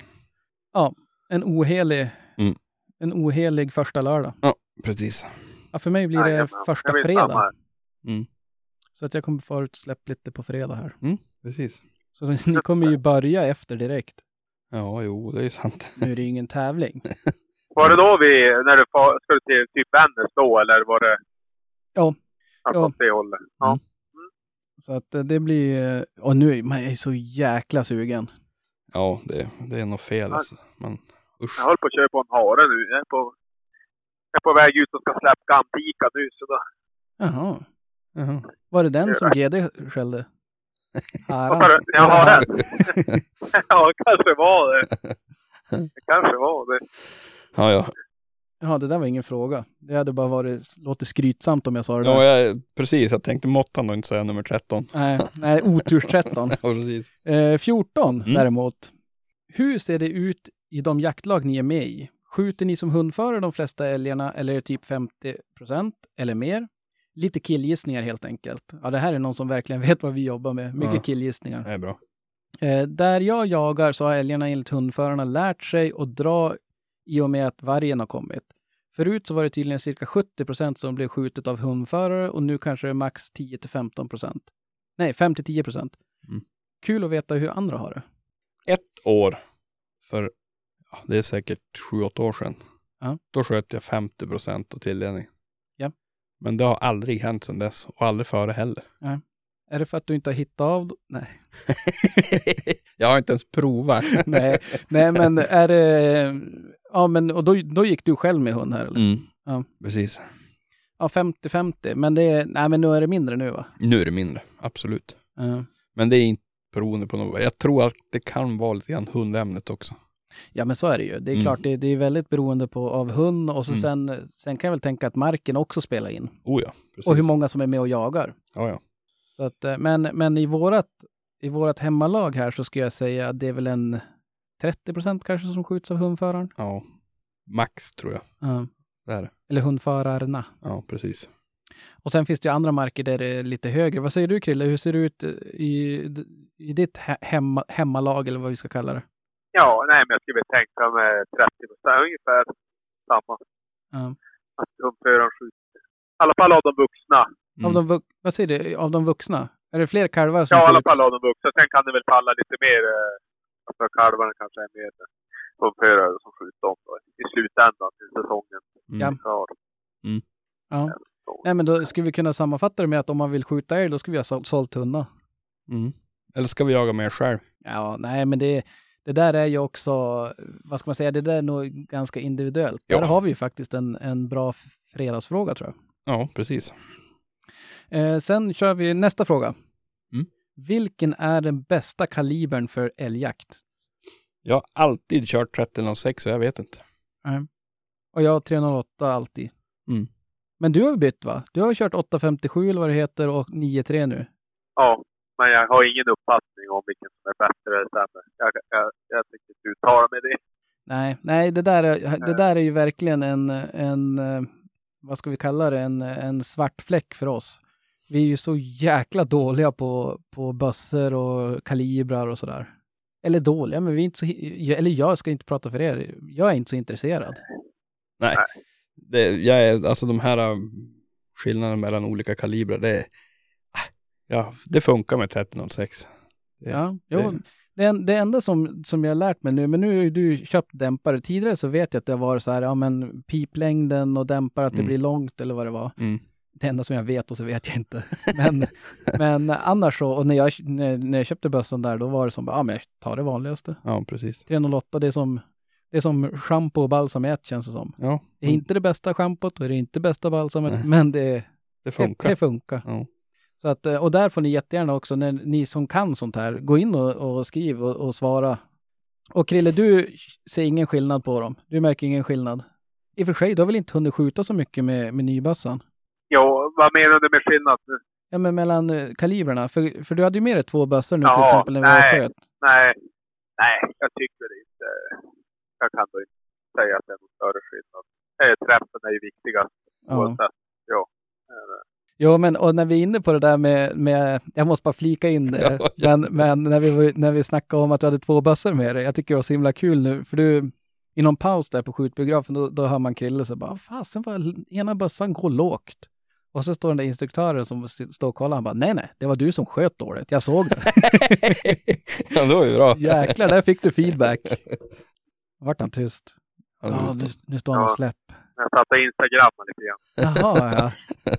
En ohelig, Mm. en ohelig första lördag. Ja, precis. Ja, för mig blir det Jajamän. första Jag vet fredag. samma här. Mm. Så att jag kommer få ut släpp lite på fredag här. Precis. Så ni kommer ju börja efter direkt. Ja, jo, det är ju sant. Nu är det ju ingen tävling. Var det då vi, när du fa- skulle till typ Vännäs då, eller var det? Ja. Alltså Ja. åt det hållet. Ja. Mm. Så att eh, det blir... eh, Och nu är man är så jäkla sugen. Ja, det, det är nog fel alltså. Men usch. Jag håller på att köpa en hare nu. Jag är på, jag är på väg ut och ska släppa Antika nu. Så då. Jaha. Jaha. Var det den som G D skällde? Vad sa du? Jag har den. Ja, det kanske var det. Det kanske var det. Ja, ja. Ja, det där var ingen fråga. Det hade bara varit, låter skrytsamt om jag sa det Ja, där. jag, precis. Jag tänkte måttan då inte säga nummer tretton. Nej, nej, oturs tretton. Ja, precis. Eh, fjorton Mm. däremot. Hur ser det ut i de jaktlag ni är med i? Skjuter ni som hundförare de flesta älgarna eller är det typ femtio procent eller mer? Lite killgissningar helt enkelt. Ja, det här är någon som verkligen vet vad vi jobbar med. Mycket Ja. killgissningar. Det är bra. Eh, där jag jagar så har älgarna enligt hundförarna lärt sig att dra i och med att vargen har kommit. Förut så var det tydligen cirka sjuttio procent som blev skjutet av hundförare och nu kanske det är max tio till femton procent. Nej, fem till tio procent. Mm. Kul att veta hur andra har det. Ett år för, ja, det är säkert sju, åtta år sedan. Ja. Då sköt jag femtio procent av tilldelning. Ja. Men det har aldrig hänt sedan dess och aldrig före heller. Är det för att du inte har hittat av? Nej. Jag har inte ens provat. nej, nej, men är det... Ja, men och då, då gick du själv med hund här, eller? Mm. Ja. Precis. Ja, femtio femtio. Men det är... Nej, men nu är det mindre nu, va? Nu är det mindre, absolut. Ja. Men det är inte beroende på något. Jag tror att det kan vara lite grann hundämnet också. Ja, men så är det ju. Det är Mm. klart, det, det är väldigt beroende på av hund och så Mm. sen, sen kan jag väl tänka att marken också spelar in. Oh ja, precis. Och hur många som är med och jagar. Ja, ja. Så att, eh, men, men i vårat, i vårat hemmalag här så ska jag säga att det är väl en, trettio procent kanske som skjuts av hundföraren. Ja, max tror jag. Ja. Det är det. Eller hundförarna. Ja, precis. Och sen finns det ju andra marker där det är lite högre. Vad säger du, Krille? Hur ser det ut i, i ditt he- hemma, hemmalag eller vad vi ska kalla det? Ja, nej, men jag skulle tänka med trettio procent ungefär samma. Ja. Att hundföraren skjuter. I alla fall av de vuxna. Mm. Av de, vu- vad säger du? Av de vuxna? Är det fler kalvar som Ja, i alla skjuts? fall av de vuxna. Sen kan det väl falla lite mer. Eh, alltså kalvarna kanske är mer hundförare som skjuter dem då, i slutändan till säsongen. Mm. Ja. Ja. Ja. Nej, men då skulle vi kunna sammanfatta det med att om man vill skjuta älg, då ska vi ha sålt, sålt hundar. Mm. Eller ska vi jaga mer själv? Ja, nej, men det, det där är ju också, vad ska man säga, det där är nog ganska individuellt. Ja. Där har vi ju faktiskt en, en bra fredagsfråga, tror jag. Ja, precis. Eh, sen kör vi nästa fråga. Mm. Vilken är den bästa kalibern för älgjakt? Jag har alltid kört trettio noll sex så jag vet inte. Nej. Och jag har tre noll åtta alltid. Mm. Men du har bytt, va? Du har kört åtta femtiosju eller vad det heter och nio tre nu. Ja, men jag har ingen uppfattning om vilken som är bättre eller sämre. Jag, jag, jag tycker inte uttala mig det. Nej, nej det, där är, det där är ju verkligen en, en eh, vad ska vi kalla det, en, en svart fläck för oss. Vi är ju så jäkla dåliga på, på bössor och kalibrar och sådär. Eller dåliga, men vi är inte så, eller jag ska inte prata för er. Jag är inte så intresserad. Nej. Det, jag är, alltså de här äh, skillnaderna mellan olika kalibrar, det är, ja, det funkar med trettio noll sex. Det, Ja, jo, det, det, en, det enda som, som jag har lärt mig nu, men nu har ju du köpt dämpare. Tidigare så vet jag att det var så här, ja men piplängden och dämpare, att det Mm. blir långt eller vad det var. mm. Det enda som jag vet och så vet jag inte. Men, men annars så, och när jag, när, när jag köpte bössan där, då var det som, ja men jag tar det vanligaste. Ja, precis. tre noll åtta, det är som, det är som shampoo och balsam i ett, känns det som. Ja, Det är inte det bästa schampot och det är inte det bästa balsamet, Nej. men det, det funkar. det, det funkar. Ja. Så att, och där får ni jättegärna också, när ni som kan sånt här, gå in och, och skriv och, och svara. Och Krille, du ser ingen skillnad på dem. Du märker ingen skillnad. I och för sig, du har väl inte hunnit skjuta så mycket med, med nybössan? Ja, vad menar du med skillnad? Ja, men mellan eh, kalibrarna. För, för du hade ju med dig två bössor nu Ja, till exempel när vi nej. var sköt. Nej, nej, jag tycker inte. Jag kan då inte säga att det är någon större skillnad. Eh, träffen är ju viktigast. Ja. Oavsett. Ja. Eh, Jo, men och när vi är inne på det där med, med jag måste bara flika in det, Ja, ja. men, men när, vi, var- när vi snackade om att du hade två bössor med dig, jag tycker det var så himla kul nu, för du, i någon paus där på skjutbiografen, då, då hör man Krille så bara, fasen vad ena bössan går lågt. Och så står den där instruktören som s- står och kollar, han bara, nej nej, det var du som sköt dåligt, jag såg det. Ja, det var ju bra. Jäklar, där fick du feedback. Då vart han tyst. Ja, det Ja, var nu, just- nu står han och Ja. släpp. jag satte Instagram lite grann. Jaha, ja.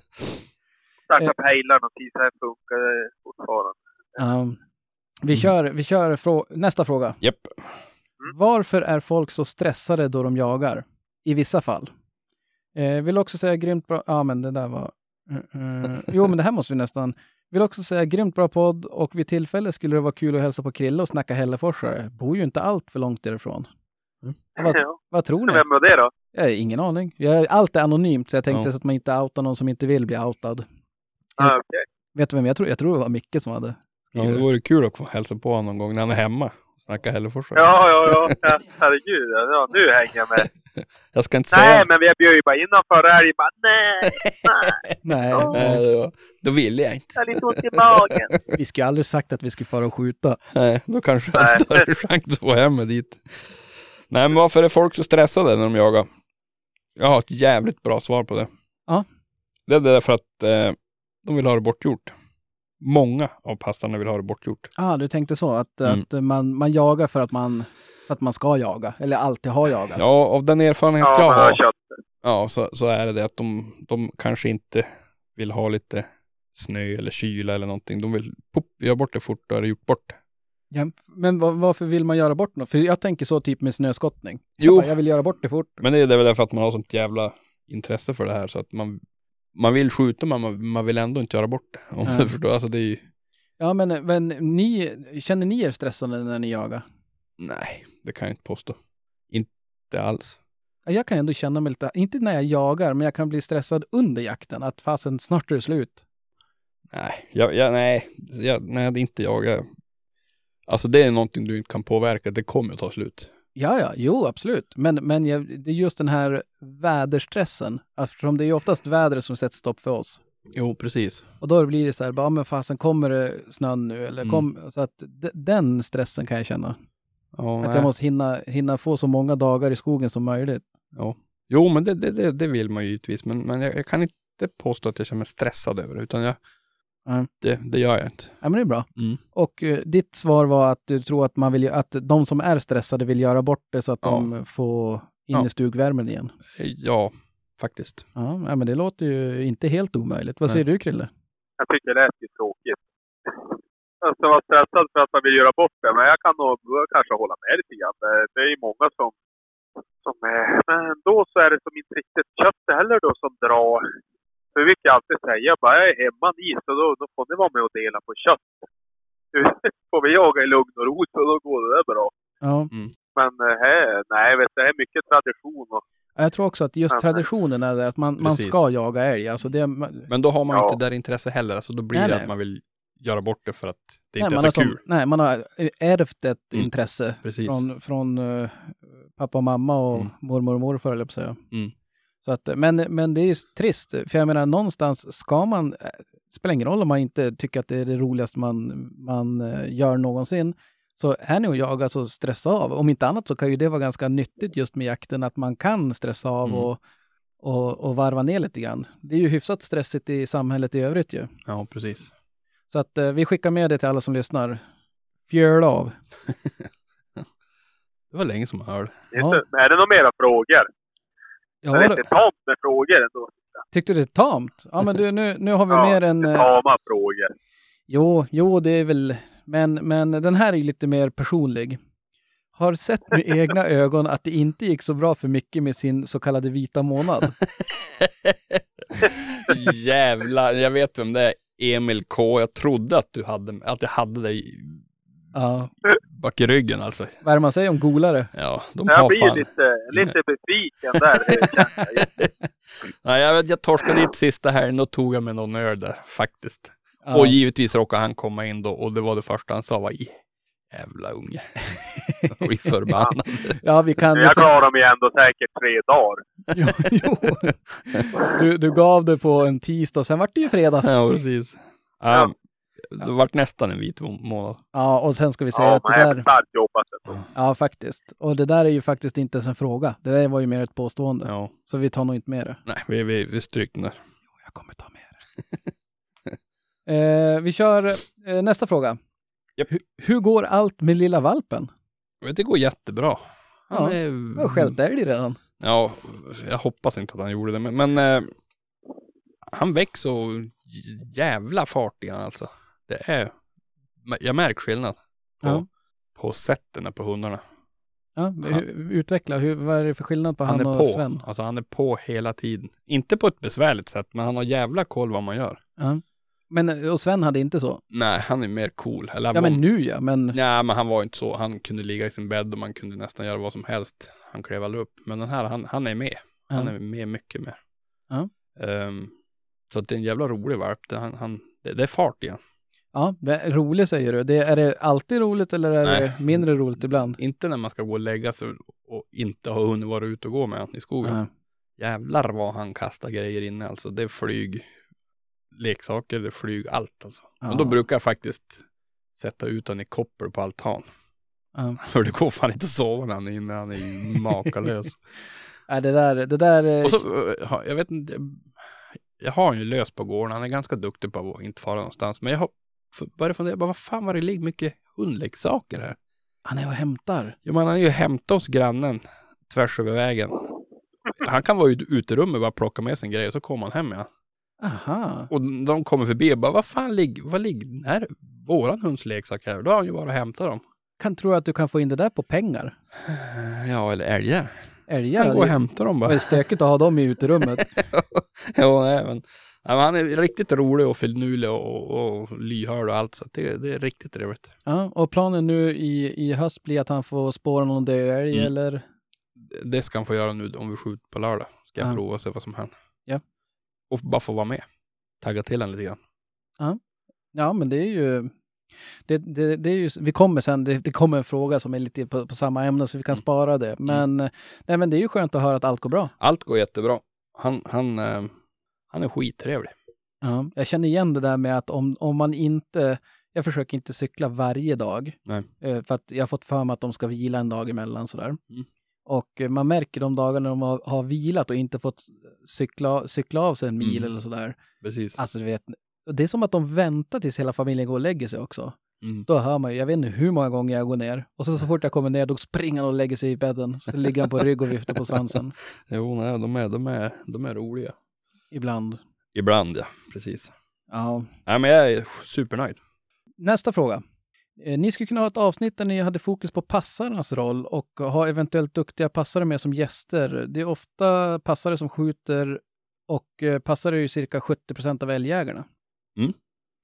Starta pejlarna och tisar funkar det fortfarande. Um, vi kör, vi kör frå- nästa fråga. Japp. Varför är folk så stressade då de jagar? I vissa fall. Eh, vill också säga grymt bra... Ja, men det där var... Uh, uh, jo, men det här måste vi nästan... Vill också säga grymt bra podd och vid tillfälle skulle det vara kul att hälsa på Krille och snacka Hälleforsare. Bor ju inte allt för långt därifrån. Vad, Ja. vad tror ni? Vem var det då? Jag har ingen aning. Jag, allt är anonymt så jag tänkte Ja. så att man inte outar någon som inte vill bli outad. Ah, okej. Vet du vem jag tror? Jag tror det var Micke som hade Ja, skrivit det det. vore kul att få hälsa på honom någon gång när han är hemma och snacka Hälleforsare. Ja, ja, ja. ja. Herregud. Ja, nu hänger jag med. Jag ska inte säga... Nej, men vi bjöd ju bara innanför älg. Bara, nej, nej. Nej, Åh. Nej, det var... Då ville jag inte. Jag har lite ont i magen. vi skulle aldrig sagt att vi skulle fara och skjuta. Nej, då kanske jag har Nej. större chans att få hem mig dit. Nej, men varför är folk så stressade när de jagar? Jag har ett jävligt bra svar på det. Ja. Det är därför att eh, de vill ha det bortgjort. Många av passarna vill ha det bortgjort. Ah, du tänkte så att, Mm. att man, man jagar för att man, för att man ska jaga. Eller alltid har jagat. Ja, av den erfarenhet Ja, jag men jag har har, köpt det. ja, så, så är det det att de, de kanske inte vill ha lite snö eller kyla eller någonting. De vill pop, göra bort det fort, då är det gjort bort. Ja, men var, varför vill man göra bort något? För jag tänker så typ med snöskottning. Jo. Jag, bara, jag vill göra bort det fort. Men det är väl därför att man har sånt jävla intresse för det här så att man, man vill skjuta men man, man vill ändå inte göra bort det. Om Nej. du förstår, alltså det är ju, Ja, men, men ni, känner ni er stressade när ni jagar? nej, det kan jag inte påstå. Inte alls. Ja, jag kan ändå känna mig lite, inte när jag jagar, men jag kan bli stressad under jakten. Att fasen, snart är det slut. Nej, jag, jag, nej, jag, nej, det är inte jag. jag. Alltså det är någonting du inte kan påverka. Det kommer att ta slut. Ja, ja, jo, absolut. Men, men jag, det är just den här väderstressen. Eftersom det är ju oftast vädret som sätter stopp för oss. Jo, precis. Och då blir det så här, bara, men fasen, kommer det snön nu? Eller kom, så att d- den stressen kan jag känna. Ja, Att nej. jag måste hinna, hinna få så många dagar i skogen som möjligt. Ja. Jo, men det, det, det, det vill man ju givetvis. Men, men jag, jag kan inte påstå att jag känner mig stressad över det. Utan jag, Mm. det, det gör jag inte. Ja, men det är bra. Mm. Och eh, ditt svar var att du tror att man vill, att de som är stressade vill göra bort det så att Ja. de får in Ja. i stugvärmen igen. Ja, faktiskt. Ja, nej, men det låter ju inte helt omöjligt. Vad Nej. säger du, Krille? Jag tycker det lät ju tråkigt. Alltså vara stressad för att man vill göra bort det. Men jag kan nog kanske hålla med lite grann. Det- Det är ju många som, som är... Men då så är det som inte riktigt köttet heller då som drar. För vi kan alltid säga, bara jag är hemma ni, så då, då får ni vara med och dela på kött. Får vi jaga i lugn och ro så då går det där bra. Ja. Men eh, här, nej, vet du, det är mycket tradition. Och, Jag tror också att just Ja, men- traditionen är där att man, man Precis. ska jaga älg. Alltså det, Men då har man ju Ja. inte där intresse heller. Alltså då blir Nej, det nej. att man vill göra bort det för att det nej, inte man är har så som, kul. nej, man har ärvt ett Mm. intresse Precis. från, från eh, pappa och mamma och Mm. mormor och morfar, eller på att säga. Mm. Så att, men, men det är ju trist, för jag menar någonstans ska man, eh, spelar ingen roll om man inte tycker att det är det roligaste man, man eh, gör någonsin, så är ni och jaga så stressa av. Om inte annat så kan ju det vara ganska nyttigt just med jakten, att man kan stressa av Mm. och, och, och varva ner lite grann. Det är ju hyfsat stressigt i samhället i övrigt ju. Ja, precis. Så att eh, vi skickar med det till alla som lyssnar. Fjöl av. Det var länge som jag hörde. det är, inte, är det några mera frågor? Ja, det är då, lite tamt med frågor ändå. tyckte du det är tamt? Ja, men du, nu, nu har vi Ja, mer än... lite eh, tama frågor. Jo, jo, det är väl... Men, men den här är ju lite mer personlig. Har sett med egna ögon att det inte gick så bra för Micke med sin så kallade vita månad. Jävlar, jag vet vem det är. Emil K. Jag trodde att du hade, att jag hade dig Ja. bak i ryggen alltså. Vad är det man säger om golare? Ja, de Jag har blir fan. lite, lite besviken där. Det känner jag ju. Nej, jag, vet, jag torskade dit sista här. Då tog jag med någon öl där faktiskt. Ja. Och givetvis råkade han komma in då. Och det var det första han sa var i. Jävla unge. Jag blir förbannad. Ja, vi kan... Jag klarar mig ändå säkert tre dagar. Jo, jo. Du, du gav det på en tisdag och sen vart det ju fredag. Ja, precis. Ja. Um, det vart nästan en vit månad. Ja, och sen ska vi säga Ja, att men det det är där... starkt jobbat ändå. Ja, faktiskt. Och det där är ju faktiskt inte ens en fråga. Det där var ju mer ett påstående. Ja. Så vi tar nog inte med det. Nej, vi, vi, vi stryker den där. Jag kommer ta med det. eh, vi kör eh, nästa fråga. Japp. Hur, hur går allt med lilla valpen? Jag vet, det går jättebra. Han Ja, är... Jag har skällt älg redan. Ja, jag hoppas inte att han gjorde det. Men, men eh, han växer så jävla fart i han alltså. Det är... Jag märker skillnad på, Ja. på sätten på hundarna. Ja, hur, utveckla, hur, vad är det för skillnad på han, Han är och på. Sven? Alltså han är på hela tiden. Inte på ett besvärligt sätt, men han har jävla koll vad man gör. Ja. Men, och Sven hade inte så? Nej, han är mer cool. Eller han Ja, var- men nu ja, men... Nej, men han var inte så. Han kunde ligga i sin bädd och man kunde nästan göra vad som helst. Han klev aldrig upp. Men den här, han, han är med. Han Ja. är med mycket mer. Ja. Ehm, så att det är en jävla rolig valp. Det, han, han, det, det är fart igen. Ja, det är roligt säger du. Det, är det alltid roligt eller är Nej. det mindre roligt ibland? Inte när man ska gå och lägga sig och inte ha hunnit vara ute och gå med han i skogen. Ja. Jävlar vad han kastar grejer inne. Alltså det är flyg, leksaker, det är flyg, allt alltså. Ja. Och då brukar jag faktiskt sätta ut han i koppel på altan. Ja. För det går fan inte att sova när han är inne. Han är ju makalös. Ja, det där... Det där eh, Och så, eh, ha- jag vet inte, jag har ju lös på gården. Han är ganska duktig på att inte fara någonstans. Men jag har f- börjat fundera, bara, vad fan var det ligger mycket hundleksaker här? han är och hämtar. Jo, men han är ju hämtat hos grannen tvärs över vägen. Han kan vara ute ute i rummet och bara plocka med sin grej och så kommer han hem med. Aha. Och de kommer förbi och bara, vad fan ligger, vad ligger, här våran hunds leksak här? Då har han ju bara hämtat dem. Kan tro att du kan få in det där på pengar. Ja, eller älgar. Älgar. Han går och Det hämtar dem är bara. stökigt att ha dem i uterummet. Ja, nej, men, nej, men han är riktigt rolig och finurlig och, och, och lyhörd och allt. Så att det, det är riktigt trevligt. Ja, och planen nu i, i höst blir att han får spåra någon död älg Mm. eller? Det ska han få göra nu om vi skjuter på lördag. Ska jag Ja. prova och se vad som händer. Ja. Och bara få vara med. Tagga till han lite grann. Ja, men det är ju... Det, det, det är ju, vi kommer sen, det, det kommer en fråga som är lite på, på samma ämne så vi kan spara det. Men, mm. nej, men det är ju skönt att höra att allt går bra. Allt går jättebra. Han, han, eh, han är skittrevlig. Ja, jag känner igen det där med att om, om man inte, jag försöker inte cykla varje dag. Nej. Eh, för att jag har fått för mig att de ska vila en dag emellan sådär. Mm. Och eh, man märker de dagarna de har, har vilat och inte fått cykla, cykla av sig en mil mm. eller sådär. Precis. Alltså du vet, det är som att de väntar tills hela familjen går och lägger sig också. Mm. Då hör man ju, jag vet inte hur många gånger jag går ner. Och så, så fort jag kommer ner, då springer han och lägger sig i bädden. Så ligger han på rygg och viftar på svansen. Jo, nej, de är, de är, de är roliga. Ibland. Ibland, ja. Precis. Ja. Nej, men jag är supernöjd. Nästa fråga. Eh, ni skulle kunna ha ett avsnitt där ni hade fokus på passarnas roll och ha eventuellt duktiga passare med som gäster. Det är ofta passare som skjuter och eh, passare är ju cirka sjuttio procent av älgjägarna. Mm.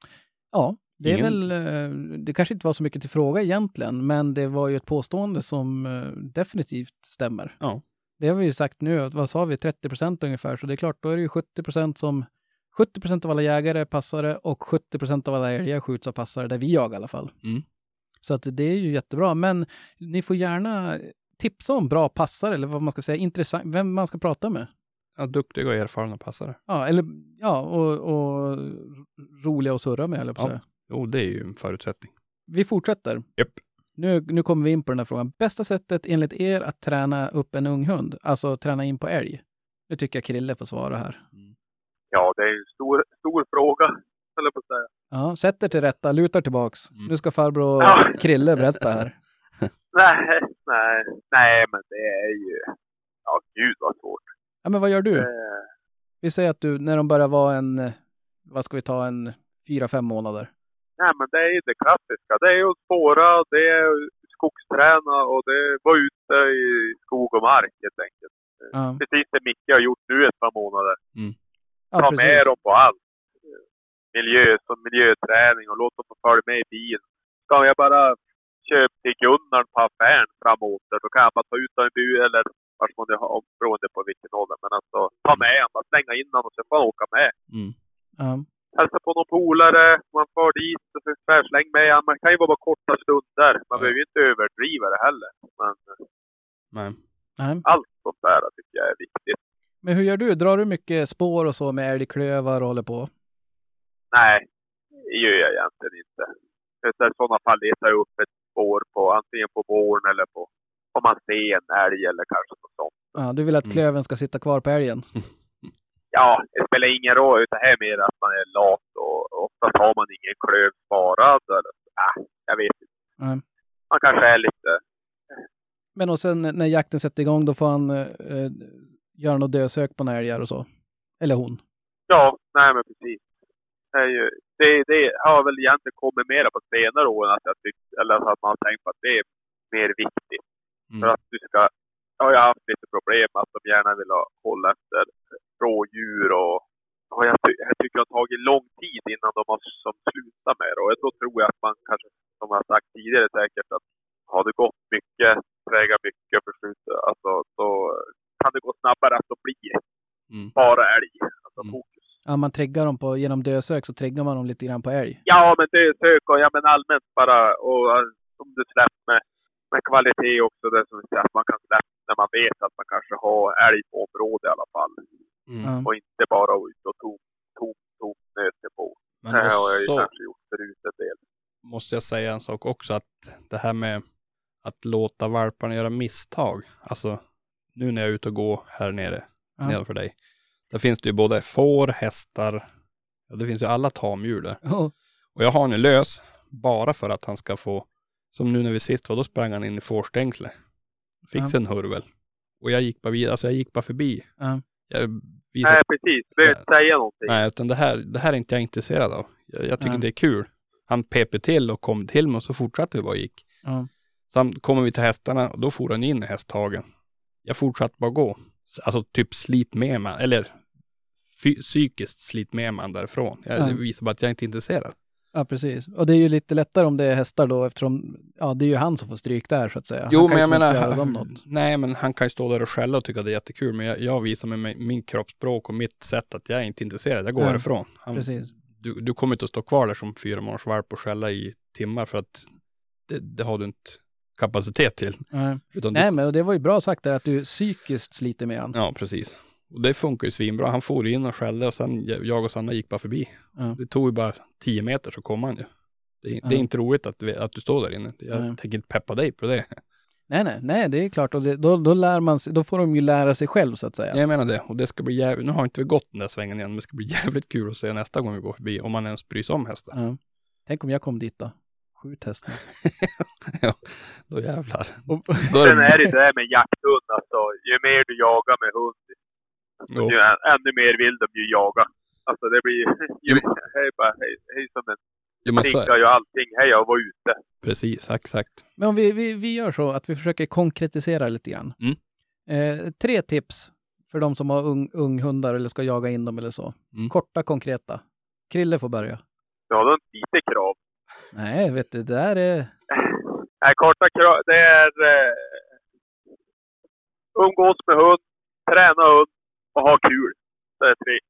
Ja. Det är Ingen... väl, det kanske inte var så mycket till fråga egentligen, men det var ju ett påstående som definitivt stämmer. Ja. Det har vi ju sagt nu, vad sa vi, trettio procent ungefär, så det är klart, då är det ju sjuttio procent som, sjuttio procent av alla jägare är passare och sjuttio procent av alla älgar skjuts av passare, där vi jagar i alla fall. Mm. Så att det är ju jättebra, men ni får gärna tipsa om bra passare, eller vad man ska säga, intressant, vem man ska prata med. Ja, duktiga och erfarna passare. Ja, eller, ja, och, och roliga att surra med, eller på att säga. Jo, det är ju en förutsättning. Vi fortsätter. Yep. Nu, nu kommer vi in på den här frågan. Bästa sättet enligt er att träna upp en ung hund? Alltså träna in på älg? Nu tycker jag Krille får svara här. Mm. Ja, det är en stor, stor fråga, eller på att säga. Ja, sätter till rätta, lutar tillbaks. Mm. Nu ska farbror Ja. Krille berätta här. Nej, nej, nej, men det är ju... Ja, gud vad svårt. Ja, men vad gör du? Eh, Vi säger att du, när de börjar vara en, vad ska vi ta, en fyra, fem månader. nej, men det är ju det klassiska. Det är ju att spåra, det är skogsträna och det är vara ute i skog och mark helt enkelt. Ja, Precis det Micke har gjort nu ett par månader. ja Ta precis. med dem på allt. Miljö som miljöträning och låt dem få följa med i bilen. Ska jag bara köpa till Gunnar på affären framåt, då kan jag bara ta ut en bu eller vars man det har, beroende på vilken ålder. Men alltså ta med honom, bara slänga in honom och så får han åka med. Mm. Ja. Hälsa på någon polare, man får dit och så tvärsläng med han. Man kan ju vara bara korta stunder. Man Ja. behöver ju inte överdriva det heller. Men Nej. Nej. allt sånt där tycker jag är viktigt. Men hur gör du? Drar du mycket spår och så med älgklövar och håller på? Nej, det gör jag egentligen inte. I sådana fall letar jag upp ett spår på antingen på våren eller på om man ser en älg eller kanske något sånt. Ja, du vill att Mm. klöven ska sitta kvar på älgen? Ja, det spelar ingen roll utan här mer att man är lat och ofta har man ingen klöv sparad eller äh, jag vet inte. Nej. Man kanske är lite... Men och sen när jakten sätter igång, då får han eh, göra något dösök på några älgar och så? Eller hon? Ja, nej men precis. Det, är ju, det, det har väl egentligen kommit mer på senare år att jag tyckt, eller att man har tänkt på att det är mer viktigt. Mm. För att du ska, jag har ju haft lite problem att de gärna vill ha, hålla efter rådjur och, och jag, ty, jag tycker det har tagit lång tid innan de har som slutat med det. Och då tror jag att man kanske, som jag har sagt tidigare säkert, att har det gått mycket, träga mycket för slutet, alltså då kan det gå snabbare att det blir Mm. bara älg. Alltså Mm. fokus. Ja, man triggar dem på, genom dösök så triggar man dem lite grann på älg. Ja, men det sök och ja, men allmänt bara och som du släpper med, med kvalitet också, det som vi säger att man kan släppa när man vet att man kanske har älg på området i alla fall. Mm. Ja. Och inte bara ut och tom, tom, tom nöte på. Men Det har jag ju också kanske gjort förut en del. måste jag säga en sak också, att det här med att låta valparna göra misstag. Alltså, nu när jag är ute och går här nere, Ja. nedanför dig. Där finns det ju både får, hästar, ja, det finns ju alla tamdjur där. Oh. Och jag har honom lös bara för att han ska få, som nu när vi sist var, då sprang han in i fårstängslet. Fick Ja. sig en hurvel. Och jag gick bara vidare, alltså jag gick bara förbi. Ja. Jag visade, Nej, precis. Du behöver inte säga någonting. nej, utan det här, det här är inte jag intresserad av. Jag, jag tycker Ja. det är kul. Han pepade till och kom till mig och så fortsatte vi bara och gick. Ja. Sen kommer vi till hästarna och då får han in i hästhagen. Jag fortsatte bara gå. Alltså typ slit med mig, eller fy- psykiskt slit med mig därifrån. Jag, Ja. Det visar bara att jag inte är intresserad. Ja, precis. Och det är ju lite lättare om det är hästar då, eftersom ja, det är ju han som får stryk där så att säga. Jo, Han kan men ju jag som menar, inte göra dem något. nej, men han kan ju stå där och skälla och tycka det är jättekul. Men jag, jag visar med mig, min kroppsspråk och mitt sätt att jag är inte intresserad. Jag går Ja, härifrån. Han, Precis. du, du kommer inte att stå kvar där som fyra månaders valp och skälla i timmar för att det, det har du inte kapacitet till. Nej, Utan Nej du, men det var ju bra sagt där att du psykiskt sliter med han. ja, precis. Och det funkar ju svinbra. Han for in och skällde och sen jag och Sanna gick bara förbi. Ja. Det tog ju bara tio meter så kom han ju. Det, är- Ja. det är inte roligt att, du- att du står där inne. Jag Nej. tänker inte peppa dig på det. Nej, nej, nej, det är klart. Och det, då, då, lär man, sig- då får de ju lära sig själv så att säga. Jag menar det. Och det ska bli jävligt, nu har inte vi gått den där svängen igen, men det ska bli jävligt kul att se nästa gång vi går förbi, om man ens bryr sig om hästar. Ja. Tänk om jag kom dit då. Skjut hästen. Ja, då jävlar. Och- Då är Sen det, är det där med jakthund alltså. Ju mer du jagar med hund, jo, ju ä- ännu mer vill de ju jaga. Alltså det blir ju, hej bara, hej, hej som en jo, men så prickar är, ju allting. Hej, jag var ute. precis, exakt. Men om vi, vi, vi gör så att vi försöker konkretisera lite grann. Mm. Eh, tre tips för de som har ung, unghundar eller ska jaga in dem eller så. Mm. Korta, konkreta. Krille får börja. Ja, då är det lite krav. Nej, vet du, det där är... Nej, korta krav, det är eh, umgås med hund, träna hund och ha kul. Det är tre.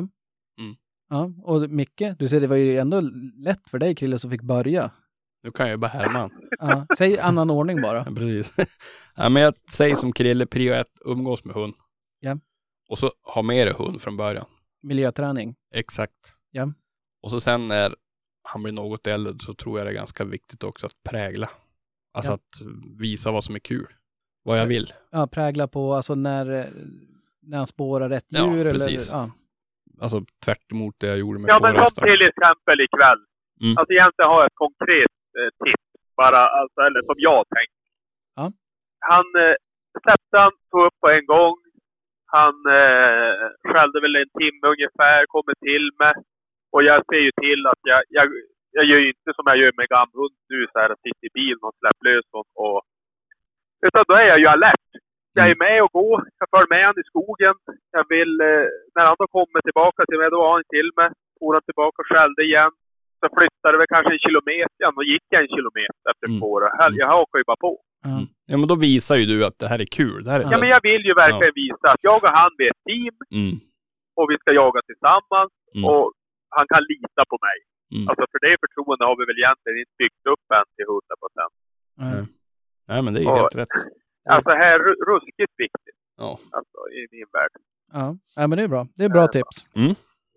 Ja, och Micke, du ser det var ju ändå lätt för dig Krille som fick börja. Nu kan jag ju bara härma han. Ja, säg annan ordning bara. Ja, precis. Ja, men jag säger som Krille, prio ett, umgås med hund. Ja. Och så ha med dig hund från början. Miljöträning. Exakt. Ja. Och så sen när han blir något äldre så tror jag det är ganska viktigt också att prägla. Alltså Ja. att visa vad som är kul. Vad jag vill. Ja, prägla på alltså när, eh, när han spårar rätt Ja, djur. precis. Eller, ja. Alltså tvärt emot det jag gjorde med Ja, men som fårhästar. till exempel ikväll. Mm. Alltså egentligen har jag ett konkret eh, tips. Bara, alltså, eller som jag tänkt. Ja. Han eh, släppte han, tog upp på en gång. Han eh, skällde väl en timme ungefär, kommer till mig. Och jag ser ju till att jag, jag, jag gör ju inte som jag gör med gamhund nu, så här, att sitta i bilen och släppa lös och, och... Utan då är jag ju alert. Jag är med och går, jag följer med han i skogen. Jag vill, eh, när han då kommer tillbaka till mig, då var han till mig. For han tillbaka och skällde igen. Så flyttade vi kanske en kilometer, ja, då gick jag en kilometer efter Mm. spåret. Jag, jag hakar ju bara på. Ja. Mm. Ja, men då visar ju du att det här är kul. Det här är Ja, men jag vill ju verkligen visa att jag och han är ett team Mm. och vi ska jaga tillsammans Mm. och han kan lita på mig. Mm. Alltså för det förtroende har vi väl egentligen inte byggt upp än till hundra procent. Ja. Mm. Nej, men det är ju Ja. helt rätt. Alltså här är ruskigt viktigt, Ja. alltså i min värld. Ja. Ja, men det är bra. Det är bra tips. Mm.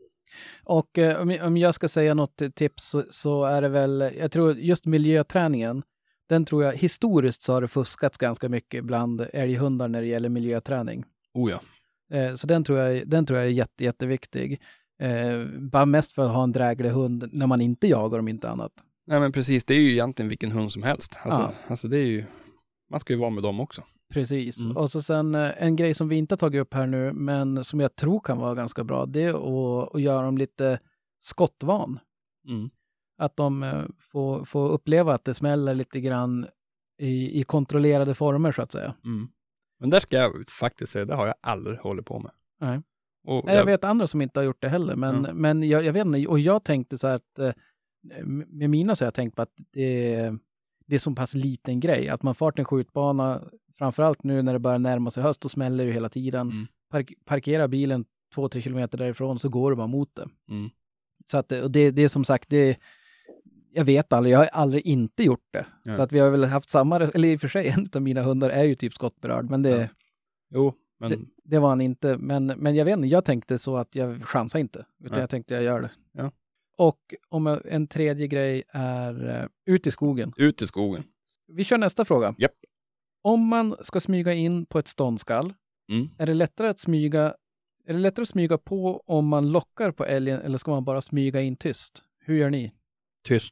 Och eh, om, jag- om jag ska säga något tips så, så är det väl, jag tror just miljöträningen, den tror jag, historiskt så har det fuskats ganska mycket bland älghundar när det gäller miljöträning. Oh ja. Eh, så den tror jag, den tror jag är jätte, jätteviktig. Eh, bara mest för att ha en dräglig hund när man inte jagar om inte annat. Nej, men precis. Det är ju egentligen vilken hund som helst. Alltså, Ja. alltså det är ju... Man ska ju vara med dem också. Precis. Mm. Och så sen eh, en grej som vi inte har tagit upp här nu, men som jag tror kan vara ganska bra, det är att, att göra dem lite skottvan. Mm. Att de eh, får, får uppleva att det smäller lite grann i, i kontrollerade former så att säga. Mm. Men där ska jag faktiskt säga, det har jag aldrig hållit på med. Nej. Och Nej, jag vet andra som inte har gjort det heller, men, Ja. men jag, jag vet inte, och jag tänkte så här att eh, med mina så har jag tänkt på att det, det är så pass liten grej, att man far till en skjutbana, framförallt nu när det börjar närma sig höst, då smäller det ju hela tiden. Mm. Park, parkera bilen två, tre kilometer därifrån så går du bara mot det. Mm. Så att och det, det är som sagt, det, jag vet aldrig, jag har aldrig inte gjort det. Ja. Så att vi har väl haft samma, eller i och för sig en av mina hundar är ju typ skottberörd, men det, Ja. Jo, men... det, det var han inte. Men, men jag vet inte, jag tänkte så att jag chansar inte, utan Nej. jag tänkte jag gör det. Ja. Och om jag, en tredje grej är uh, ut i skogen. Ut i skogen. Vi kör nästa fråga. Japp. Om man ska smyga in på ett ståndskall, Mm. är det lättare att smyga är det lättare att smyga på om man lockar på älgen eller ska man bara smyga in tyst? Hur gör ni? Tyst.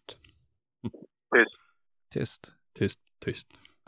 Tyst. Tyst. Tyst. Tyst.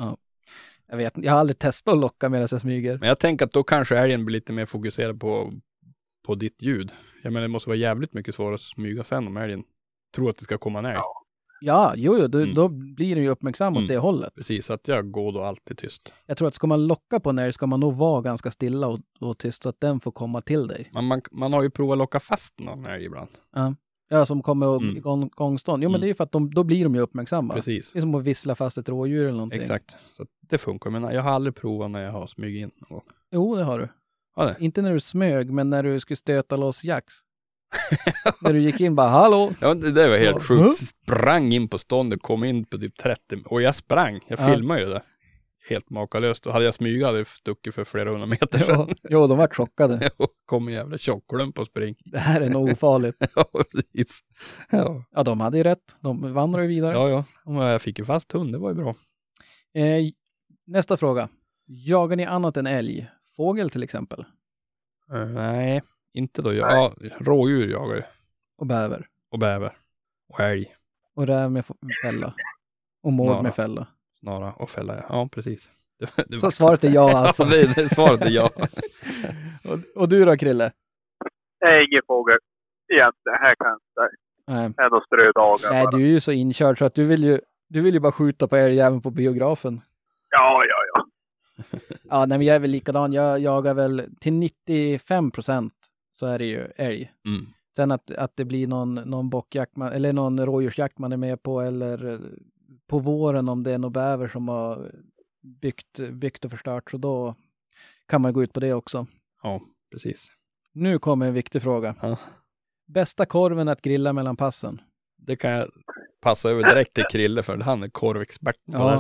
Jag vet inte, jag har aldrig testat att locka medan jag smyger. Men jag tänker att då kanske älgen blir lite mer fokuserad på, på ditt ljud. Jag menar, det måste vara jävligt mycket svårare att smyga sen om älgen tror att det ska komma ner. Ja. Ja, jo, jo då, Mm. då blir den ju uppmärksam åt Mm. det hållet. Precis, så att jag går då alltid tyst. Jag tror att ska man locka på en älg ska man nog vara ganska stilla och, och tyst så att den får komma till dig. Man, man, man har ju provat att locka fast någon älg ibland. Ja, som kommer och Mm. gång, gångstånd. Jo, men Mm. det är ju för att de, då blir de ju uppmärksamma. Precis. Det är som att vissla fast ett rådjur eller någonting. Exakt. Så att det funkar. Men jag har aldrig provat när jag har smugit in. Och... Jo, det har du. Ja, det. Inte när du smög, men när du skulle stöta loss Jax. När du gick in bara, hallå? Ja, det, det var helt Ja. sjukt. Sprang in på ståndet, kom in på typ trettio. Och jag sprang. Jag Ja. filmade ju det. Helt makalöst. Och hade jag smygat hade jag stuckit för flera hundra meter sedan. Ja, jo, de var chockade. Kom en jävla tjocklump och spring. Det här är nog ofarligt. Ja, precis. Ja, Ja, de hade ju rätt. De vandrar ju vidare. ja. ja. Och jag fick ju fast hund, det var ju bra. Eh, nästa fråga. Jagar ni annat än älg? Fågel till exempel? Uh, nej, inte då. Jag, ja, rådjur jagar ju. Och bäver? Och bäver. Och älg. Och räv med f- fälla? Och mård Snara. med fälla? Snara och fälla. Ja, ja precis. Det, det Så svaret är ja alltså. Ja, det, det, svaret är ja. och, och du då, Krille? Nej, ingen fågel. Egentligen, här kan jag inte. Nej. Ändå strödagar Nej, bara. du är ju så inkörd så att du vill ju, du vill ju bara skjuta på älgjäveln på biografen. Ja, ja, ja. Ja, nej, men jag är väl likadan. Jag jagar väl till nittiofem procent så är det ju älg. Mm. Sen att, att det blir någon, någon bockjakt man, eller någon rådjursjakt man är med på, eller eh, på våren om det är någon bäver som har byggt, byggt och förstört, så då kan man gå ut på det också. Ja, precis. Nu kommer en viktig fråga. Ja. Bästa korven att grilla mellan passen? Det kan jag passa över direkt till Krille för han är korvexpert. Ja.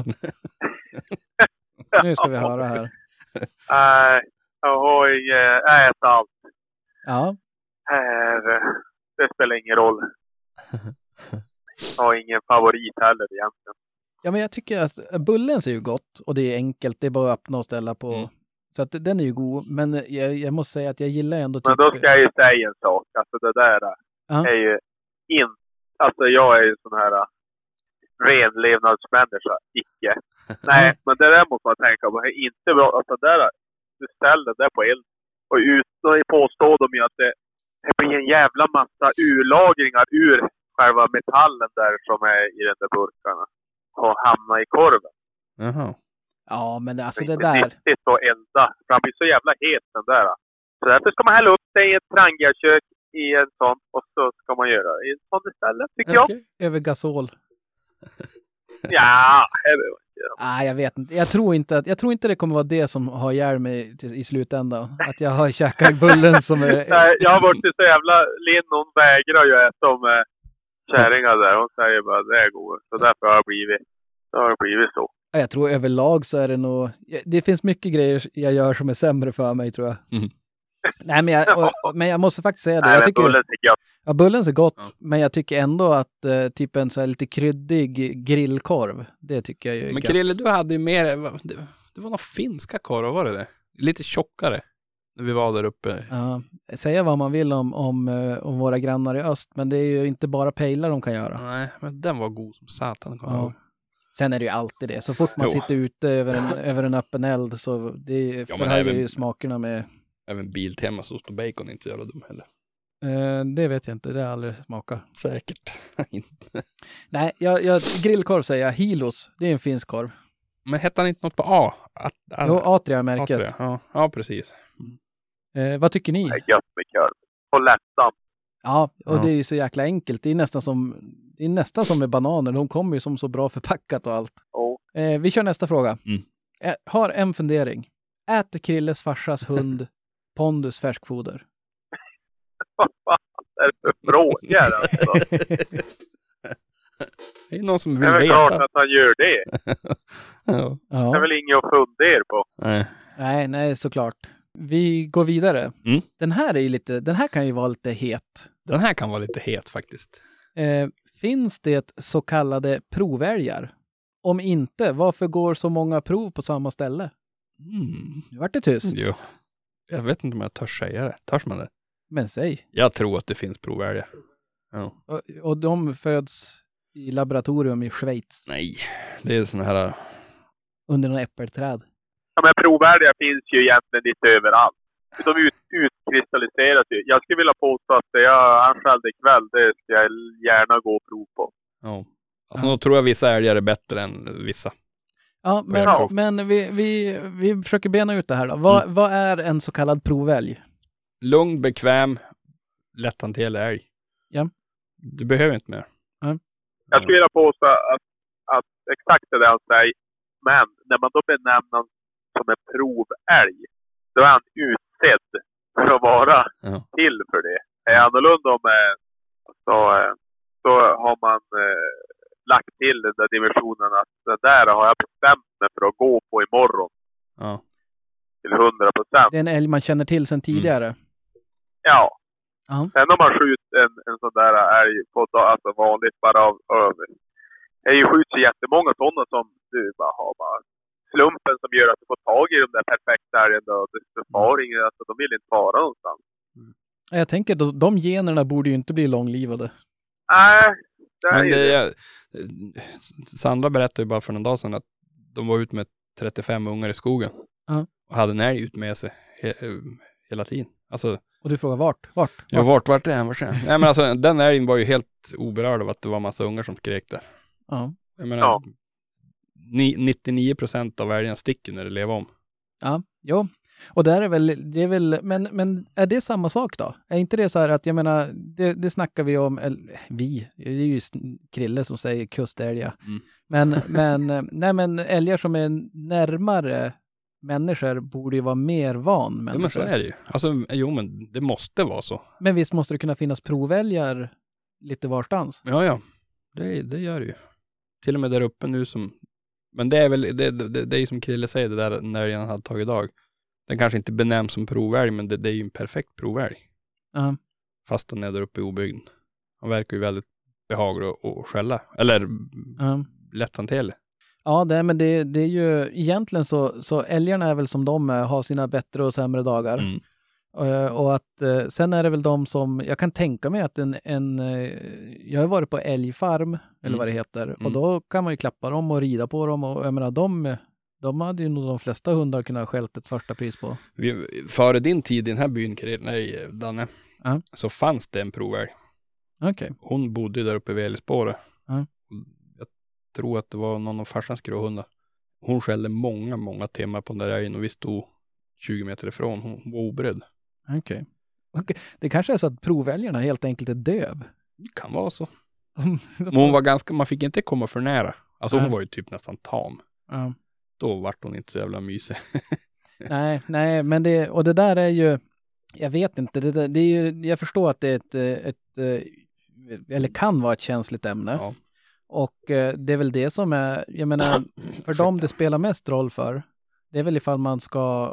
Nu ska vi höra här. Nej, jag har inget. Jag äter allt. Ja, Här, eh, det spelar ingen roll. Jag har ingen favorit heller egentligen. ja men jag tycker att bullen ser ju gott och det är enkelt, det är bara att öppna och ställa på. Mm. Så att den är ju god, men jag, jag måste säga att jag gillar ändå typ... Men då ska jag ju säga en sak. Alltså det där Ja. är ju inte... Alltså jag är ju sån här uh, renlevnadsmänniska. Icke. Nej, men det där måste man tänka på. Det är inte bra. Alltså det där, du ställer det på eld. Och ut, då påstår de ju att det, det blir en jävla massa urlagringar ur själva metallen där som är i den där burkarna. Och hamnar i korven. Jaha. Ja, men alltså Det är det inte där... nyttigt att elda. För han blir så jävla het den där. Så därför ska man hälla upp det i ett trangiakök i en sån. Och så ska man göra i en sån istället, tycker jag. Okej. Över gasol. Ja, det behöver jag inte göra. Ah, jag vet inte. Jag tror inte, att, jag tror inte det kommer vara det som har ihjäl mig till, i slutändan. Att jag har käkat bullen som är... Nej, jag har varit så jävla... Linn, hon vägrar ju äta om äh, kärringar där. Hon säger bara det är god. Så därför har jag blivit, så har det blivit så. Ja, jag tror överlag så är det nog... Det finns mycket grejer jag gör som är sämre för mig, tror jag. Mm. Nej, men jag, och, och, men jag måste faktiskt säga det. Nej, Jag men tycker, bullen tycker jag. ja, bullen är gott, Ja. men jag tycker ändå att eh, typ en så här lite kryddig grillkorv, det tycker jag ju är Men gött. Krille, du hade ju mer, det, det var några finska korvar, var det det? Lite tjockare när vi var där uppe. Ja, säga vad man vill om, om, eh, om våra grannar i öst, men det är ju inte bara pejlar de kan göra. Nej, men den var god som satan. kommer jag Ja. ihåg. Sen är det ju alltid det. Så fort man Jo. sitter ute över en, över en öppen eld så det Ja, men förhöjer även- ju smakerna med... Även Biltema så ost och bacon är inte så jävla dum heller. Eh, det vet jag inte, det har jag aldrig smakat. Säkert. Nej, jag, jag, grillkorv säger jag. Hilos, det är en finsk korv. Men hette han inte något på A? At, at, Jo, Atria-märket. Atria. Ja, ja, precis. Eh, vad tycker ni? Det är gött med korv. Och lättan. Ja, och Ja. det är ju så jäkla enkelt. Det är nästan som, det är nästan som med bananer. De kommer ju som så bra förpackat och allt. Och Eh, vi kör nästa fråga. Mm. Eh, har en fundering. Äter Krilles farsas hund Pondus färskfoder? vad fan är det för frågor alltså? Det är någon som Det vill är väl klart veta. att han gör det. Ja. Det är Ja. väl inget att fundera på. Nej. Nej, nej, såklart. Vi går vidare. Mm. Den här är ju lite, den här kan ju vara lite het. Den här kan vara lite het faktiskt. Eh, finns det så kallade provälgar? Om inte, varför går så många prov på samma ställe? Mm. Nu vart det tyst. Jo. Jag vet inte om jag törs säga det. Törs man det? Men säg. Jag tror att det finns provälgar. Ja. Och, och de föds i laboratorium i Schweiz Nej, det är såna här... under några äppelträd. Ja, men provvärdiga finns ju egentligen lite överallt. De ut, utkristalliseras ju. Jag skulle vilja påstå att det jag anställde ikväll, det ska jag gärna gå och prov på. Ja. Alltså då tror jag vissa älgar är bättre än vissa. Ja, men, Ja. men vi, vi, vi försöker bena ut det här då. Vad, Mm. vad är en så kallad provälg? Lugn, bekväm, lätthanterlig älg. Ja. Du behöver inte mer. Ja. Jag skulle vilja påstå att, att exakt det han säger. Men när man då benämner honom som en provälg, då är han utsedd för att vara Ja. till för det. Det är annorlunda om eh, så, eh, så har man eh, lagt till den där dimensionen att det där har jag bestämt mig för att gå på imorgon. Ja. Till hundra procent. Det är en älg man känner till sedan tidigare. Mm. Ja. Ja. Sen om man skjuter en, en sån där älg på alltså vanligt bara av över. Det är ju skjuts så jättemånga sådana som du bara har bara slumpen som gör att du får tag i de där perfekta älgen då. Det far ingen, alltså de vill inte fara någonstans. Mm. Jag tänker att de generna borde ju inte bli långlivade. Nej. Det Men det är är, Sandra berättade ju bara för en dag sedan att de var ut med trettiofem ungar i skogen. Ja. Och hade en älg ut med sig he, hela tiden. Alltså, och du frågar vart? Vart? vart? Ja, vart, vart är han? Vart är han? Nej, men alltså, den älgen var ju helt oberörd av att det var massa ungar som skrek där. Ja. Jag menar, ja. nittionio procent av älgen sticker när det lever om. Ja, jo. Och där är väl, det är väl, men, men är det samma sak då? Är inte det så här att, jag menar, det, det snackar vi om, eller vi, det är ju Krille som säger kustälgar. Mm. Men, men, nej men älgar som är närmare människor borde ju vara mer van människor. Ja, men så är det ju. Alltså, jo men det måste vara så. Men visst måste det kunna finnas provälgar lite varstans? Ja, ja. Det, det gör det ju. Till och med där uppe nu som, men det är väl, det, det, det är ju som Krille säger, det där när jag hade tagit idag. Den kanske inte benämns som provälg, men det, det är ju en perfekt provälg. Uh-huh. Fast den är där uppe i obygden. Han verkar ju väldigt behaglig att skälla. Eller uh-huh. lätthanterlig. Ja, det, men det, det är ju egentligen så, så älgarna är väl som de är, har sina bättre och sämre dagar. Mm. Uh, och att uh, sen är det väl de som, jag kan tänka mig att en, en uh, jag har varit på älgfarm, mm. eller vad det heter, mm. och då kan man ju klappa dem och rida på dem, och jag menar, de, de hade ju nog de flesta hundar kunnat skällt ett första pris på. Vi, före din tid i den här byn, nej, Danne, uh-huh. så fanns det en provälg. Okay. Hon bodde där uppe vid Älvspåret. Uh-huh. Jag tror att det var någon av farsans gråhundar. Hon skällde många, många timmar på den där älgen och vi stod tjugo meter ifrån. Hon var oberedd. Okej. Okay. Okay. Det kanske är så att provälgarna helt enkelt är döv. Det kan vara så. Men hon var ganska, man fick inte komma för nära. Alltså uh-huh. hon var ju typ nästan tam. Uh-huh. Då vart hon inte så jävla mysig. nej, nej, men det, och det där är ju, jag vet inte, det, det är ju, jag förstår att det är ett, ett, eller kan vara ett känsligt ämne. Ja. Och det är väl det som är, jag menar, för dem det spelar mest roll för, det är väl ifall man ska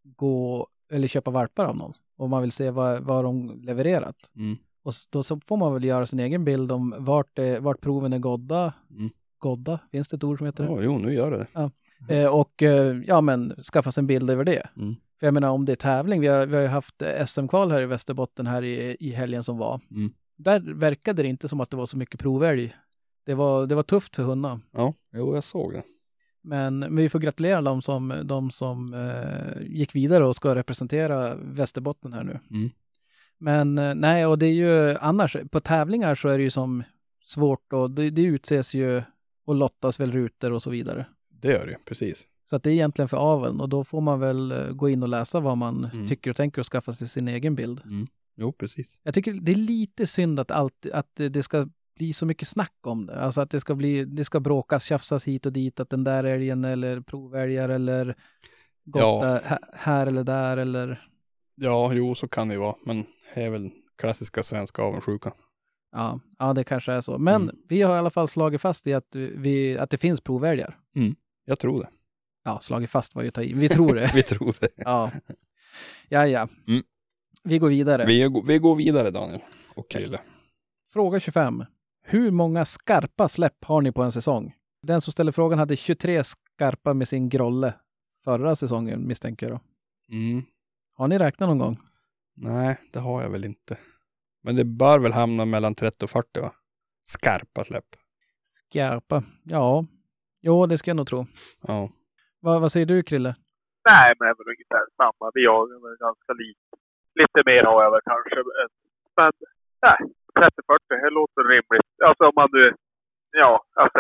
gå eller köpa valpar av någon. Och man vill se vad, vad de levererat. Mm. Och då så får man väl göra sin egen bild om vart, det, vart proven är godda. Mm. Godda, finns det ett ord som heter det? Ja, jo, nu gör det. Ja. Eh, och eh, ja, men skaffa sig en bild över det. Mm. För jag menar, om det är tävling, vi har, vi har ju haft S M-kval här i Västerbotten här i, i helgen som var. Mm. Där verkade det inte som att det var så mycket provälg. Det var, det var tufft för hundarna. Ja, jo, jag såg det. Men, men vi får gratulera dem som, de som eh, gick vidare och ska representera Västerbotten här nu. Mm. Men eh, nej, och det är ju annars, på tävlingar så är det ju som svårt och det, det utses ju och lottas väl rutor och så vidare. Det gör det, precis. Så att det är egentligen för aveln och då får man väl gå in och läsa vad man mm. tycker och tänker och skaffa sig sin egen bild. Mm. Jo, precis. Jag tycker det är lite synd att, allt, att det ska bli så mycket snack om det. Alltså att det ska bli, det ska bråkas, tjafsas hit och dit, att den där älgen eller provälgar eller gotta ja. här eller där eller... Ja, jo, så kan det ju vara. Men det är väl klassiska svenska avundsjuka. Ja, ja, det kanske är så. Men mm. vi har i alla fall slagit fast i att, vi, att det finns provälgar. Mm. Jag tror det. Ja, slagit fast var ju ta i. Vi tror det. vi tror det. Ja, ja. ja. Mm. Vi går vidare. Vi, vi går vidare, Daniel och Krille. Fråga tjugofem. Hur många skarpa släpp har ni på en säsong? Den som ställer frågan hade tjugotre skarpa med sin grolle förra säsongen, misstänker jag då. Mm. Har ni räknat någon gång? Nej, det har jag väl inte. Men det bör väl hamna mellan trettio och fyrtio, va? Skarpa släpp. Skarpa, ja. Jo, det ska jag nog tro. Ja. Va, vad säger du, Krille? Nej, men det är väl ungefär samma. Vi har väl ganska lite. Lite mer har jag väl kanske. Men nej, trettio fyrtio, det låter rimligt. Alltså om man nu, ja, alltså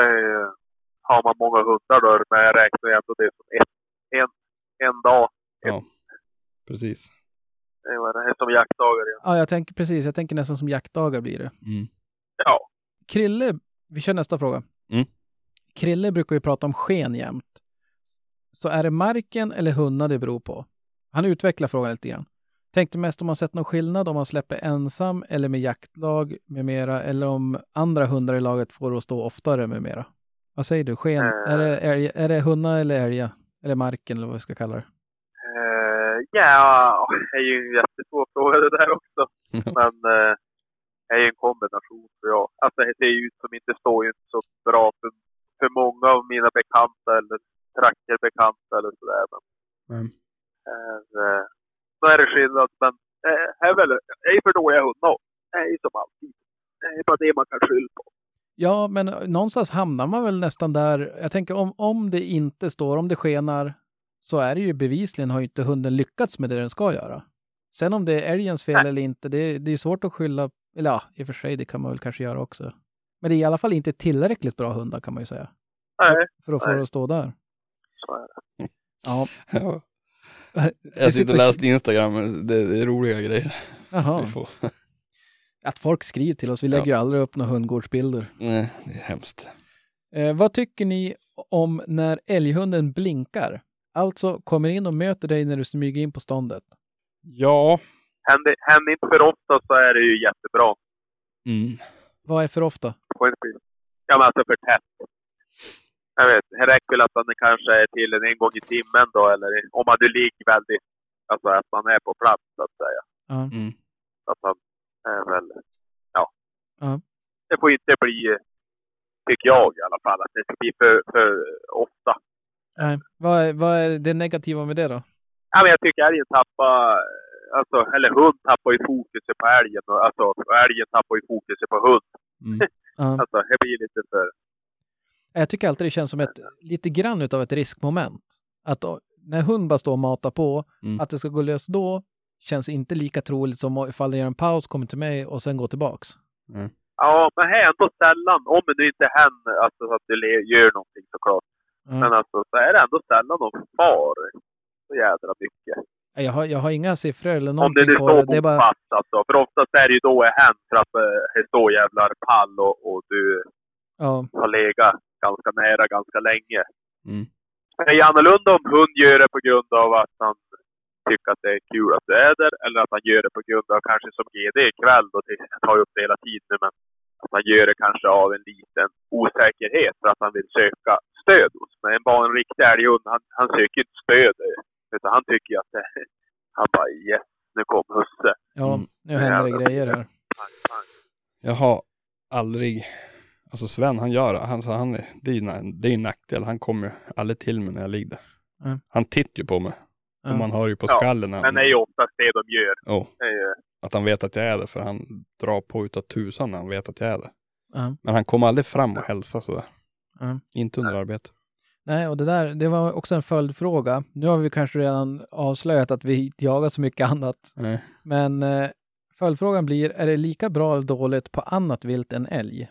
har man många hundar då, men jag räknar ändå det som ett, en, en dag. En. Ja, precis. Det är som jaktdagar igen. Ja, jag tänker precis. Jag tänker nästan som jaktdagar blir det. Mm. Ja. Krille, vi kör nästa fråga. Mm. Krille brukar ju prata om sken jämt. Så är det marken eller hundar det beror på? Han utvecklar frågan lite grann. Tänkte mest om man sett någon skillnad om man släpper ensam eller med jaktlag med mera, eller om andra hundar i laget får att stå oftare med mera. Vad säger du? Sken? Uh, är, det, är, är det hundar eller älgar? Eller marken eller vad vi ska kalla det? Uh, ja, det är ju en jättesvår fråga det där också. Men uh, det är ju en kombination tror jag. Alltså det ser ut som inte står ju inte så bra för, för många av mina bekanta eller trakterbekanta eller sådär. Men mm. uh, då är det skillnad. Men uh, det är väl det är för dåliga hundar. Det är ju som alltid. Det är bara det man kan skylla på. Ja, men någonstans hamnar man väl nästan där. Jag tänker om, om det inte står, om det skenar, så är det ju bevisligen har ju inte hunden lyckats med det den ska göra. Sen om det är älgens fel Nej. eller inte, det, det är svårt att skylla. Eller ja, i och för sig, det kan man väl kanske göra också. Men det är i alla fall inte tillräckligt bra hundar kan man ju säga. Nej. För, för att få det att stå där. Så är det. Ja. ja. Jag sitter och läser Instagram, det är roliga grejer. Jaha. Att folk skriver till oss, vi lägger ja. ju aldrig upp några hundgårdsbilder. Nej, det är hemskt. Eh, vad tycker ni om när älghunden blinkar? Alltså kommer in och möter dig när du smyger in på ståndet. Ja. Händer, händer inte för ofta så är det ju jättebra. Mm. Vad är för ofta? Ja men alltså för tätt. Jag vet, det räcker väl att man kanske är till en, en gång i timmen då. Eller om man nu ligger väldigt, alltså att man är på plats så att säga. Mm. Så att man är väl, ja. Uh. Det får inte bli, tycker jag i alla fall, att det ska bli för, för ofta. Nej. Vad är, vad är det negativa med det då? Ja, men jag tycker älgen tappar, alltså, eller hund tappar ju fokuset på älgen. Och, alltså, älgen tappar ju fokuset på hund. Mm. Uh. Alltså, det blir lite för... Jag tycker alltid det känns som ett, lite grann utav ett riskmoment. Att då, när hund bara står och matar på, mm. att det ska gå lös då, känns inte lika troligt som ifall det gör en paus, kommer till mig och sen går tillbaks. Mm. Ja, men här är ändå sällan, om det nu inte händer alltså, att du gör någonting såklart. Mm. Men alltså, så är det ändå sällan de far så jädra mycket. Jag har, jag har inga siffror eller någonting om det på det. Det är bara... fast, alltså. För oftast är det ju då det hänt för att det uh, står jävlar pall och, och du ja. har legat ganska nära ganska länge. Mm. Det är annorlunda om hund gör det på grund av att han tycker att det är kul att du är där, eller att han gör det på grund av kanske som G D ikväll då, det tar ju upp det hela tiden, men att han gör det kanske av en liten osäkerhet för att han vill söka stöd hos. Men en bara en riktig älghund, han, han söker inte stöd, utan han tycker ju att det, han bara yes, nu kom husse. Ja, nu händer det grejer här. Jag har aldrig, alltså Sven han gör, han, så han, det är ju det är en nackdel, han kommer aldrig till mig när jag ligger där. Mm. Han tittar ju på mig. Och man har ju på skallen. Ja, men det är ju oftast det de gör. Oh, det är ju... Att han vet att jag är där, för han drar på utav tusan när han vet att jag är där. Mm. Men han kommer aldrig fram och hälsa sådär. Mm. Inte under arbete. Nej, och det där, det var också en följdfråga. Nu har vi kanske redan avslöjat att vi inte jagar så mycket annat. Mm. Men eh, följdfrågan blir, är det lika bra eller dåligt på annat vilt än älg?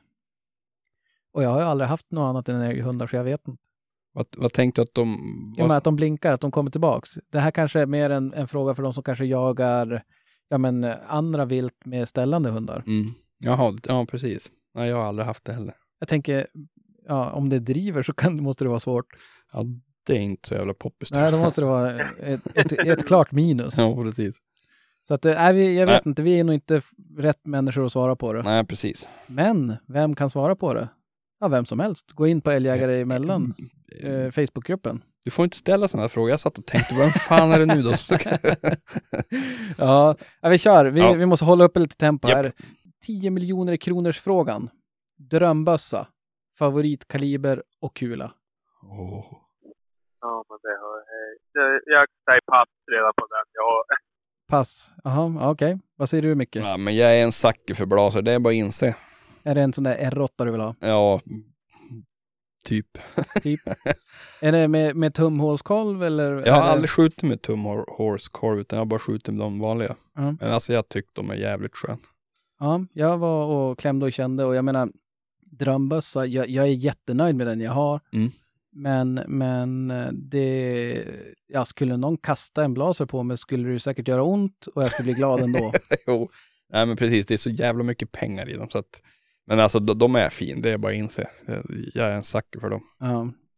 Och jag har ju aldrig haft något annat än älghundar, så jag vet inte. Vad, vad tänkte du att de... Var... Ja, men att de blinkar, att de kommer tillbaks. Det här kanske är mer en, en fråga för de som kanske jagar ja, men, andra vilt med ställande hundar. Mm. Jaha, ja precis. Nej, jag har aldrig haft det heller. Jag tänker, ja, om det driver så kan, måste det vara svårt. Ja, det är inte så jävla poppis. Nej, då måste det vara ett, ett, ett klart minus. Ja, precis. Så att, är vi, jag vet Nej. inte, vi är nog inte rätt människor att svara på det. Nej, precis. Men, vem kan svara på det? Ja, vem som helst. Gå in på Älgjägare emellan eh, Facebookgruppen. Du får inte ställa sådana här frågor. Jag satt och tänkte, vad fan är det nu då? ja, ja, vi kör. Vi, ja. vi måste hålla uppe lite tempo Japp. här. tio miljoner kronors frågan. Drömbössa. Favoritkaliber och kula. Oh. Ja, men det har jag. Jag säger pass redan på den. Jag... Pass. Jaha, okej. Okay. Vad säger du, Micke? Ja, men jag är en sacke för blaser. Det är bara att inse. Är det en sån där R åtta du vill ha? Ja, typ. typ. Är det med, med tumhålskolv eller? Jag har det... aldrig skjutit med tumhålskolv, utan jag har bara skjutit med de vanliga. Mm. Men alltså jag tyckte de är jävligt skön. Ja, jag var och klämde och kände, och jag menar drömbössa, jag, jag är jättenöjd med den jag har. Mm. Men, men det, jag skulle någon kasta en blaser på mig skulle det säkert göra ont och jag skulle bli glad ändå. Jo, nej men precis, det är så jävla mycket pengar i dem så att, men alltså de, de är fin, det är bara att inse. Jag är en sucker för dem. Ja.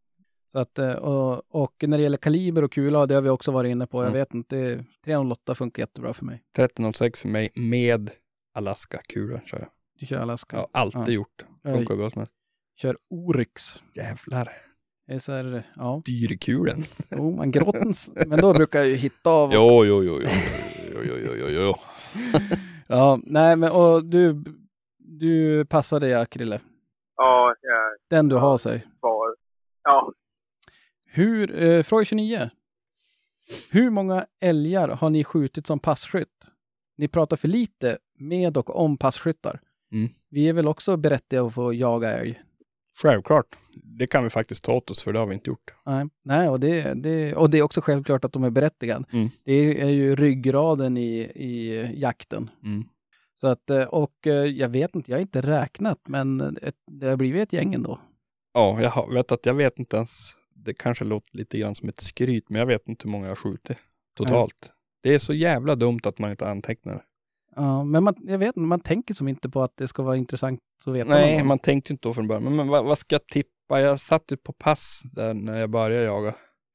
Så att, eh, och, och när det gäller kaliber och kula, det har vi också varit inne på. Jag Mm. vet inte, tre noll åtta funkar jättebra för mig. trettio noll sex för mig med Alaska-kulor kör jag. Du kör Alaska. Jag har alltid Ja. gjort. Funkar bra som helst. Kör Oryx. Jävlar. Det är så här, ja. Dyrkulen. Jo, man gråtens. Men då brukar jag ju hitta av. Jo, jo, jo, jo, jo, jo, jo, jo, jo. Ja, nej men och du, du passar dig, Krille. Ja, jag Den du har sig. var... Ja, Hur, eh, fråga tjugonio. Hur många älgar har ni skjutit som passkytt? Ni pratar för lite med och om passkyttar. Mm. Vi är väl också berättigade att få jaga älg? Självklart. Det kan vi faktiskt ta åt oss, för det har vi inte gjort. Nej, nej och, det, det, och det är också självklart att de är berättigade. Mm. Det är, är ju ryggraden i, i jakten. Mm. Så att, och jag vet inte, jag har inte räknat, men ett, det har blivit ett gäng ändå. Ja, jag har, vet att jag vet inte ens, det kanske låter lite grann som ett skryt, men jag vet inte hur många jag har skjutit totalt. Mm. Det är så jävla dumt att man inte antecknar. Ja, men man, jag vet inte, man tänker som inte på att det ska vara intressant att veta. Nej, man tänkte inte då från början. Men, men vad, vad ska jag tippa? Jag satt ju på pass där när jag började jaga.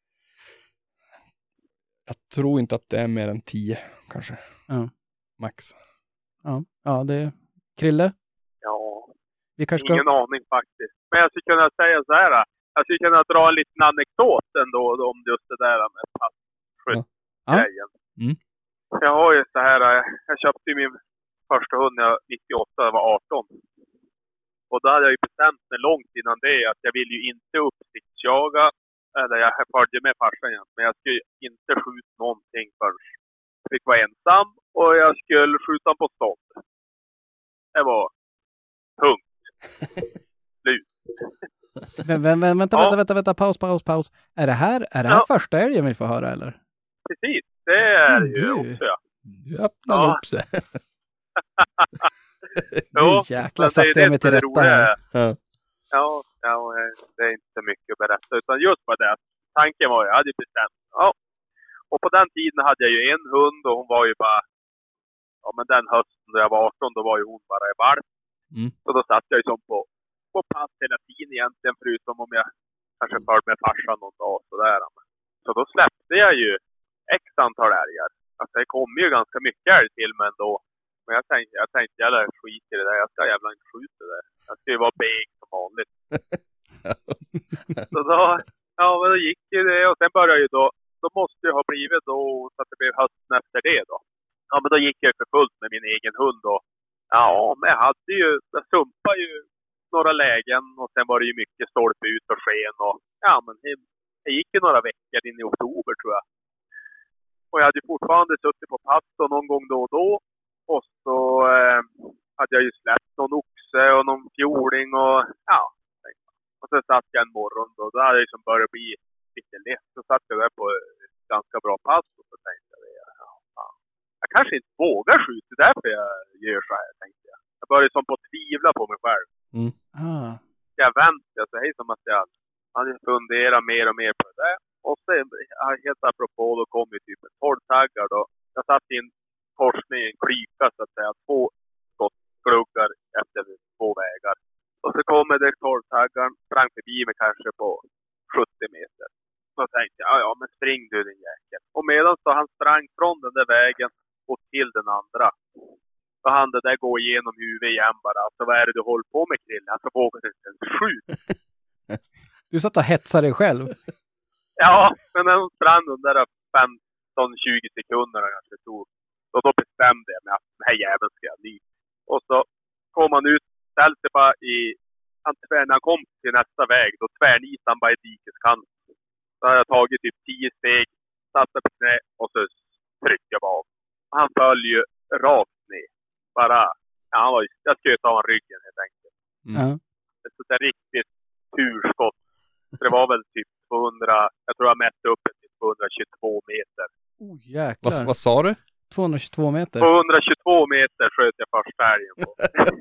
Jag tror inte att det är mer än tio, kanske. Ja. Max. Ja, ja det är... Krille? ja. Vi kanske ska... Ingen aning faktiskt. Men jag skulle kunna säga så här. Jag skulle kunna dra en liten anekdot ändå om just det där med passkytt-grejen. Ja. Mm. Jag har ju så här, jag köpte ju min första hund när jag nittioåtta, jag var arton. Och då hade jag ju bestämt mig långt innan det att jag vill ju inte uppsiktsjaga. Eller jag följde med farsan igen. Men jag skulle inte skjuta någonting först. Jag fick vara ensam och jag skulle skjuta på stånd. Det var punkt. Slut. Vä, vä, vä, vänta, Ja. vänta, vänta, vänta, paus, paus, paus. Är det här, är det här Ja. första älgen vi får höra, eller? Precis, det är det ju Du. också. Ja. Du öppnar Ja. upp sig. Jo, Nu jäklar men det är satte jag det mig som till är rätta roligt. här. Ja. Ja, ja, det är inte så mycket att berätta. Utan just bara det. Tanken var, jag hade ju bestämt. Ja. Och på den tiden hade jag ju en hund och hon var ju bara... Ja, men den hösten då jag var arton, då var ju hon bara i valp. Mm. Så då satt jag ju som på, på pass hela tiden egentligen, förutom om jag kanske följde med farsan någon dag. Sådär. Så då släppte jag ju x antal älgar. Alltså det kom ju ganska mycket älg till mig ändå. Men jag tänkte, jag tänkte jävla skit i det där. Jag ska jävla inte skjuta det där. Jag ska ju vara beg som vanligt. Så då, ja men då gick ju det. Och sen började ju då, då måste det ha blivit då så att det blev hösten efter det då. Ja men då gick jag för fullt med min egen hund då. Ja men jag hade ju, jag sumpade ju några lägen. Och sen var det ju mycket stolpe ut och sken. Och ja men det, det gick ju några veckor in i oktober tror jag. Och jag hade fortfarande suttit på pass och någon gång då och då. Och så eh, hade jag ju släppt någon oxe och någon fjoling och ja. Och så satt jag en morgon då. Då hade jag liksom börjat bli lite lätt. Så satt jag där på ett ganska bra pass och så tänkte jag det. Ja, fan. Jag kanske inte vågar skjuta, det är därför jag gör så här, tänkte jag. Jag började som på att tvivla på mig själv. Mm. Ah. Jag väntade så hej som att jag hade funderat mer och mer på det. Och sen, helt apropå, då kom ju typ en tolv-taggar då. Jag satt in korsning i en klyka så att säga. Två skottgluggar efter två vägar. Och så kommer det tolv-taggaren, sprang förbi mig kanske på sjuttio meter. Så tänkte jag, ja ja men spring du din jäkel. Och medan så han sprang från den där vägen och till den andra. Så han det där gå igenom huvudet igen bara. Alltså vad är det du håller på med Krille? Alltså vågar du inte ens skjuta. Du satt och hetsade dig själv. Ja, men när hon sprang de där femton tjugo sekunderna kanske tog. Och då bestämde jag mig att den här jäveln ska jag ny. Och så kom han ut, ställde sig bara i... Han tvär, när han kom till nästa väg, då tvärnitade han bara i dikeskanten. Så hade jag tagit typ tio steg, satte på knä och så tryckte jag bara av. Och han föll ju rakt ner. Bara... Ja, han var ju, jag sköt av honom ryggen helt enkelt. Mm. Ja. Ett sånt där riktigt turskott. Så det var väl typ tvåhundra, jag tror jag mätte upp det till tvåhundratjugotvå meter. Oh, jäklar. Vad, vad sa du? tvåhundratjugotvå meter. tvåhundratjugotvå meter sköt jag första älgen på.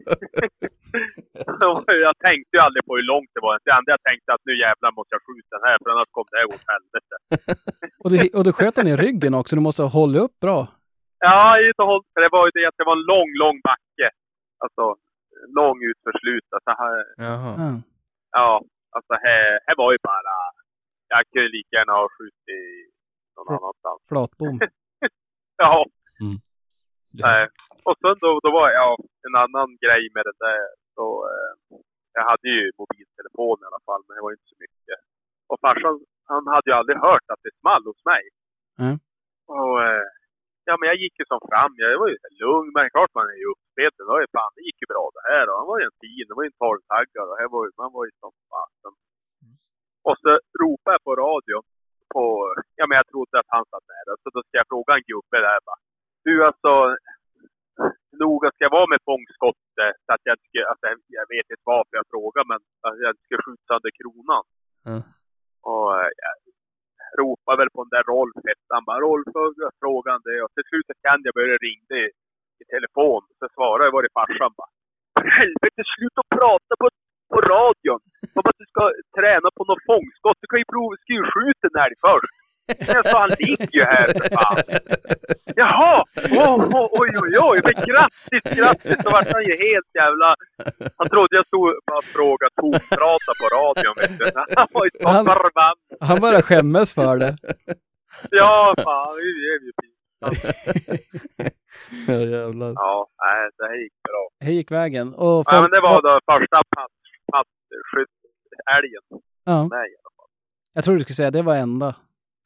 Jag tänkte ju aldrig på hur långt det var. Det enda jag tänkte att nu jävlar måste jag skjuta den här för annars kommer det här åt helvete. Och du, och du sköt den i ryggen också. Du måste hålla upp bra. Ja, inte håll, för det var ju det att det var en lång, lång backe. Alltså, lång utförslut. Alltså, här, Jaha. Ja. ja, alltså här, här var ju bara jag kunde lika gärna ha skjutit någon Fl- annanstans. Flatbom. Ja. Mm. Nej. Och sen då, då var jag, ja, en annan grej med det där. Så, eh, jag hade ju mobiltelefon i alla fall, men det var inte så mycket. Och farsan, han hade ju aldrig hört att det small hos mig. Mm. Och eh, ja, men jag gick ju som fram. Jag var ju så lugn, men klart man är ju uppspelt. Det var ju fan, det gick ju bra det här. Och han var ju en fin, det var ju en tolvtaggare. Och här var ju, man var ju som fasen. Och så ropade jag på radio. På, ja, men jag trodde att han satt nära. Så då ska jag fråga en gubbe där bara. Du, alltså, noga ska jag vara med fångskottet. Så att jag inte ska, alltså, jag vet inte varför jag frågar, men att jag inte ska skjuta sönder kronan. Mm. Och jag ropade väl på den där Rolf. Han bara, Rolf, frågan det. Och till slut kan jag börja ringa i, i telefon. Så svarade jag, var det farsan bara. För helvete, sluta att prata på, på radion. Om att du ska träna på något fångskott. Du kan ju prova, ska ju skjuta när det först. Jag sa, han ligger ju här för fan. Jaha, oh, oh, oj oj oj, men grattis, grattis. Så var han ju helt jävla. Han trodde jag stod och frågade tomprata på radion. Vet du. Han var ju så Han- förbannad. Han bara skämmes för det. Ja, fan, det är ju pinsamt. Ja, jävlar. Ja, nej, det här gick bra. Det gick vägen. Och Ja, men det var då första pass, pass skytt älgen. Ja, Nej, i alla fall. jag tror du skulle säga det var enda.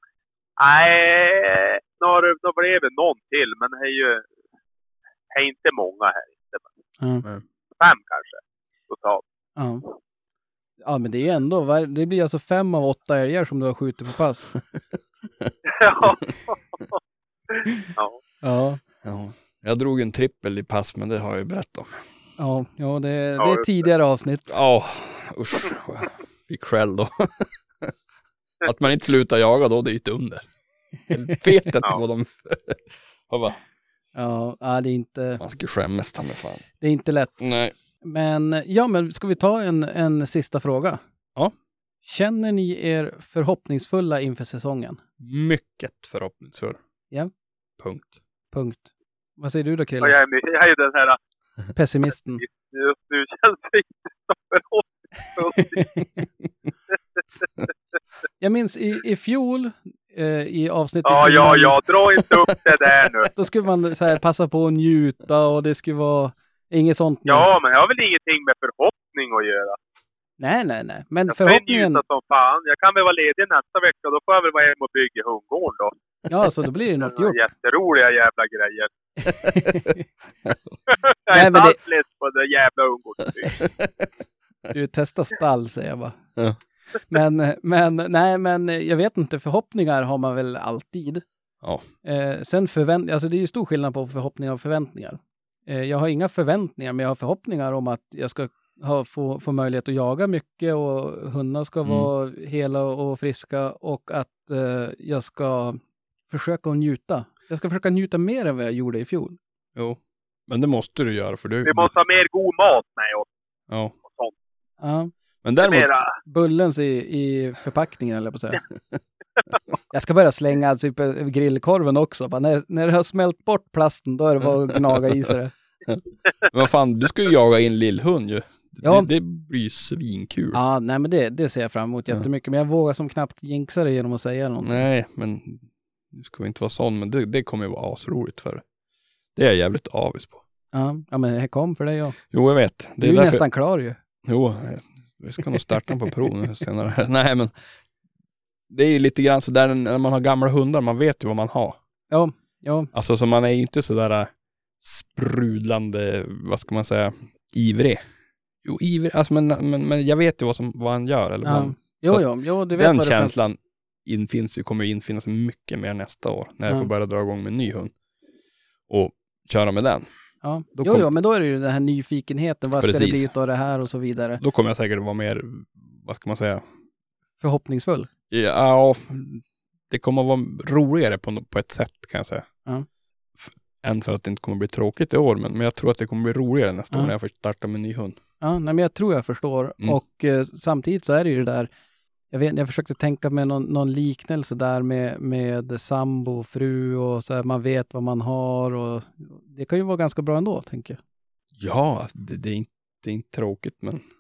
Nej, då, då blev det någon till, men det är ju det är inte många här. Inte, men Ja. fem kanske, totalt. Ja. Ja, men det är ändå, var- det blir alltså fem av åtta älgar som du har skjutit på pass. Ja. Ja. Ja, Ja. Jag drog en trippel i pass, men det har jag ju berättat om. ja, ja det, det Ja, är just det. tidigare avsnitt. Ja, usch. Fick skäll då. Att man inte slutar jaga då, det är ju ett under. Jag vet inte Ja. vad de... Ja, va? Ja, ja, det är inte, Man ska skämmas, ta mig fan. det är inte lätt. Nej. Men ja, men ska vi ta en, en sista fråga? Ja. Känner ni er förhoppningsfulla inför säsongen? Mycket förhoppningsfull. Ja. Punkt. Punkt. Vad säger du då, Och Krille? jag, är, my- jag är ju den här, Pessimisten. just nu känns det inte så förhoppningsfullt. Jag minns i, i fjol eh, i avsnittet... Ja, ja, ja, dra inte upp det där nu. Då skulle man så här, passa på att njuta och det skulle vara inget sånt nu. Ja, men jag har väl ingenting med förhoppning att göra. Nej, nej, nej. Men Jag ska ju förhoppningen... njuta som fan. Jag kan väl vara ledig nästa vecka, då får jag väl vara hemma och bygga hundgården då. Ja, så då blir det något gjort. Jätteroliga jävla grejer. Jag Nej, är men inte det- alls less på det jävla hundgården. Du testar stall, säger jag bara. Ja. Men, men, nej, men jag vet inte. Förhoppningar har man väl alltid. Ja. Eh, sen förvänt... Alltså det är ju stor skillnad på förhoppningar och förväntningar. Eh, jag har inga förväntningar, men jag har förhoppningar om att jag ska ha, få, få möjlighet att jaga mycket och hundar ska Mm. vara hela och friska och att eh, jag ska försöka att njuta. Jag ska försöka njuta mer än vad jag gjorde i fjol. Jo. Men det måste du göra, för du... Vi måste ha mer god mat med oss Ja. och sånt. Ja. Men däremot... Mera. Bullens i, i förpackningen, eller jag på att säga. Jag ska börja slänga typ grillkorven också. Bara när, när det har smält bort plasten, då är det bara att gnaga i sig det. Men vad fan, du ska ju jaga in lillhund ju. Ja. Det, det blir ju svinkul. Ja, nej men det, det ser jag fram emot jättemycket. Men jag vågar som knappt jinxa det genom att säga någonting. Nej, men nu ska vi inte vara sån, men det, det kommer ju vara asroligt för det. Det är jag jävligt avis på. Ja, ja men det kom för dig ja. Jo, jag vet. Du är ju därför... nästan klar ju. Jo, vi ska nog starta på prov nu senare. Nej, men det är ju lite grann så där när man har gamla hundar, man vet ju vad man har. Ja, ja. Alltså så man är ju inte så där äh, sprudlande, vad ska man säga, ivrig. Jo, ivrig, alltså men, men, men jag vet ju vad, som, vad han gör. Eller ja. vad, Jo, så jo, jo, du vet den vad känslan infinns ju, kommer ju infinnas mycket mer nästa år när jag Ja. får börja dra igång med en ny hund och köra med den. du kan... Ja. Då Jo, kom- jo, men då är det ju den här nyfikenheten. Vad ska det Precis. bli av det här och så vidare. Då kommer jag säkert vara mer, vad ska man säga, Förhoppningsfull. ja, det kommer att vara roligare på, på ett sätt kan jag säga. Ja. F- än för att det inte kommer bli tråkigt i år, men, men jag tror att det kommer bli roligare nästa Ja. år när jag får starta med en ny hund. Ja, nej, men jag tror jag förstår. Mm. Och eh, samtidigt så är det ju det där, jag, vet, jag försökte tänka med någon, någon liknelse där med, med sambo, fru och så här, man vet vad man har och det kan ju vara ganska bra ändå, tänker jag. Ja, det, det, är inte, det är inte tråkigt, men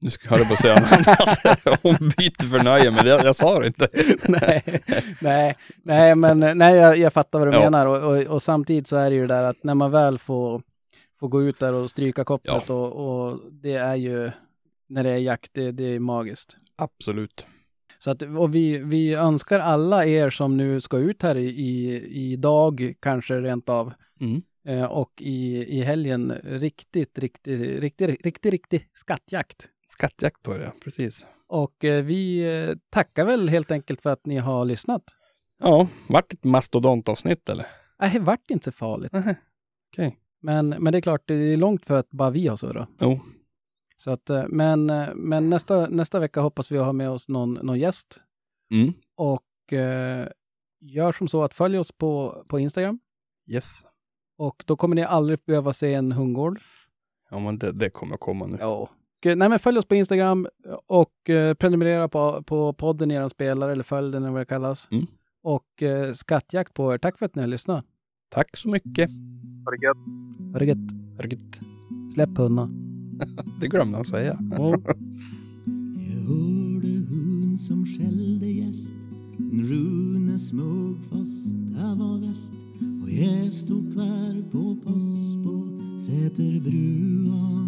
Nu ska jag höra på att säga annat. Hon byter för nöje, men jag, jag sa det inte. nej, nej, nej, men nej, jag, jag fattar vad du Ja. menar. Och, och, och samtidigt så är det ju det där att när man väl får, får gå ut där och stryka kopplet Ja. och, och det är ju, när det är jakt, det, det är magiskt. Absolut. Så att, och vi, vi önskar alla er som nu ska ut här i, i, i dag, kanske rent av, Mm. eh, och i, i helgen, riktigt, riktigt, riktigt, riktigt, riktigt skattjakt. Skattjakt på det, precis. Och eh, vi eh, tackar väl helt enkelt för att ni har lyssnat. Ja, vart ett mastodontavsnitt eller? Nej, det vart inte så farligt. Okej. Okay. Men, men det är klart, det är långt för att bara vi har surrat. Jo. Så att, eh, men men nästa, nästa vecka hoppas vi ha med oss någon, någon gäst. Mm. Och eh, gör som så att följ oss på, på Instagram. Yes. Och då kommer ni aldrig behöva se en hundgård. Ja, men det, det kommer komma nu. Ja. Och, nej, men följ oss på Instagram och eh, prenumerera på, på podden i er spelare, eller följ den eller vad det kallas. Mm. Och eh, skattjakt på er. Tack för att ni har lyssnat. Tack så mycket. Ha det gött. Ha det gött. Riktigt. Släpp hundarna. Det glömde han säga. Ja. Jag hörde hund som skällde gäst. En Rune smög fast det var väst. Och jag stod kvar på post på Säterbrua.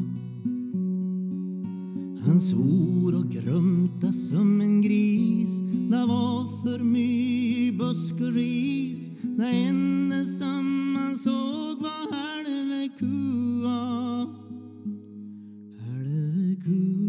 Han svor och grumta som en gris. Det var för mycket busk och ris. Det enda som man såg var halve kua. Halve kua.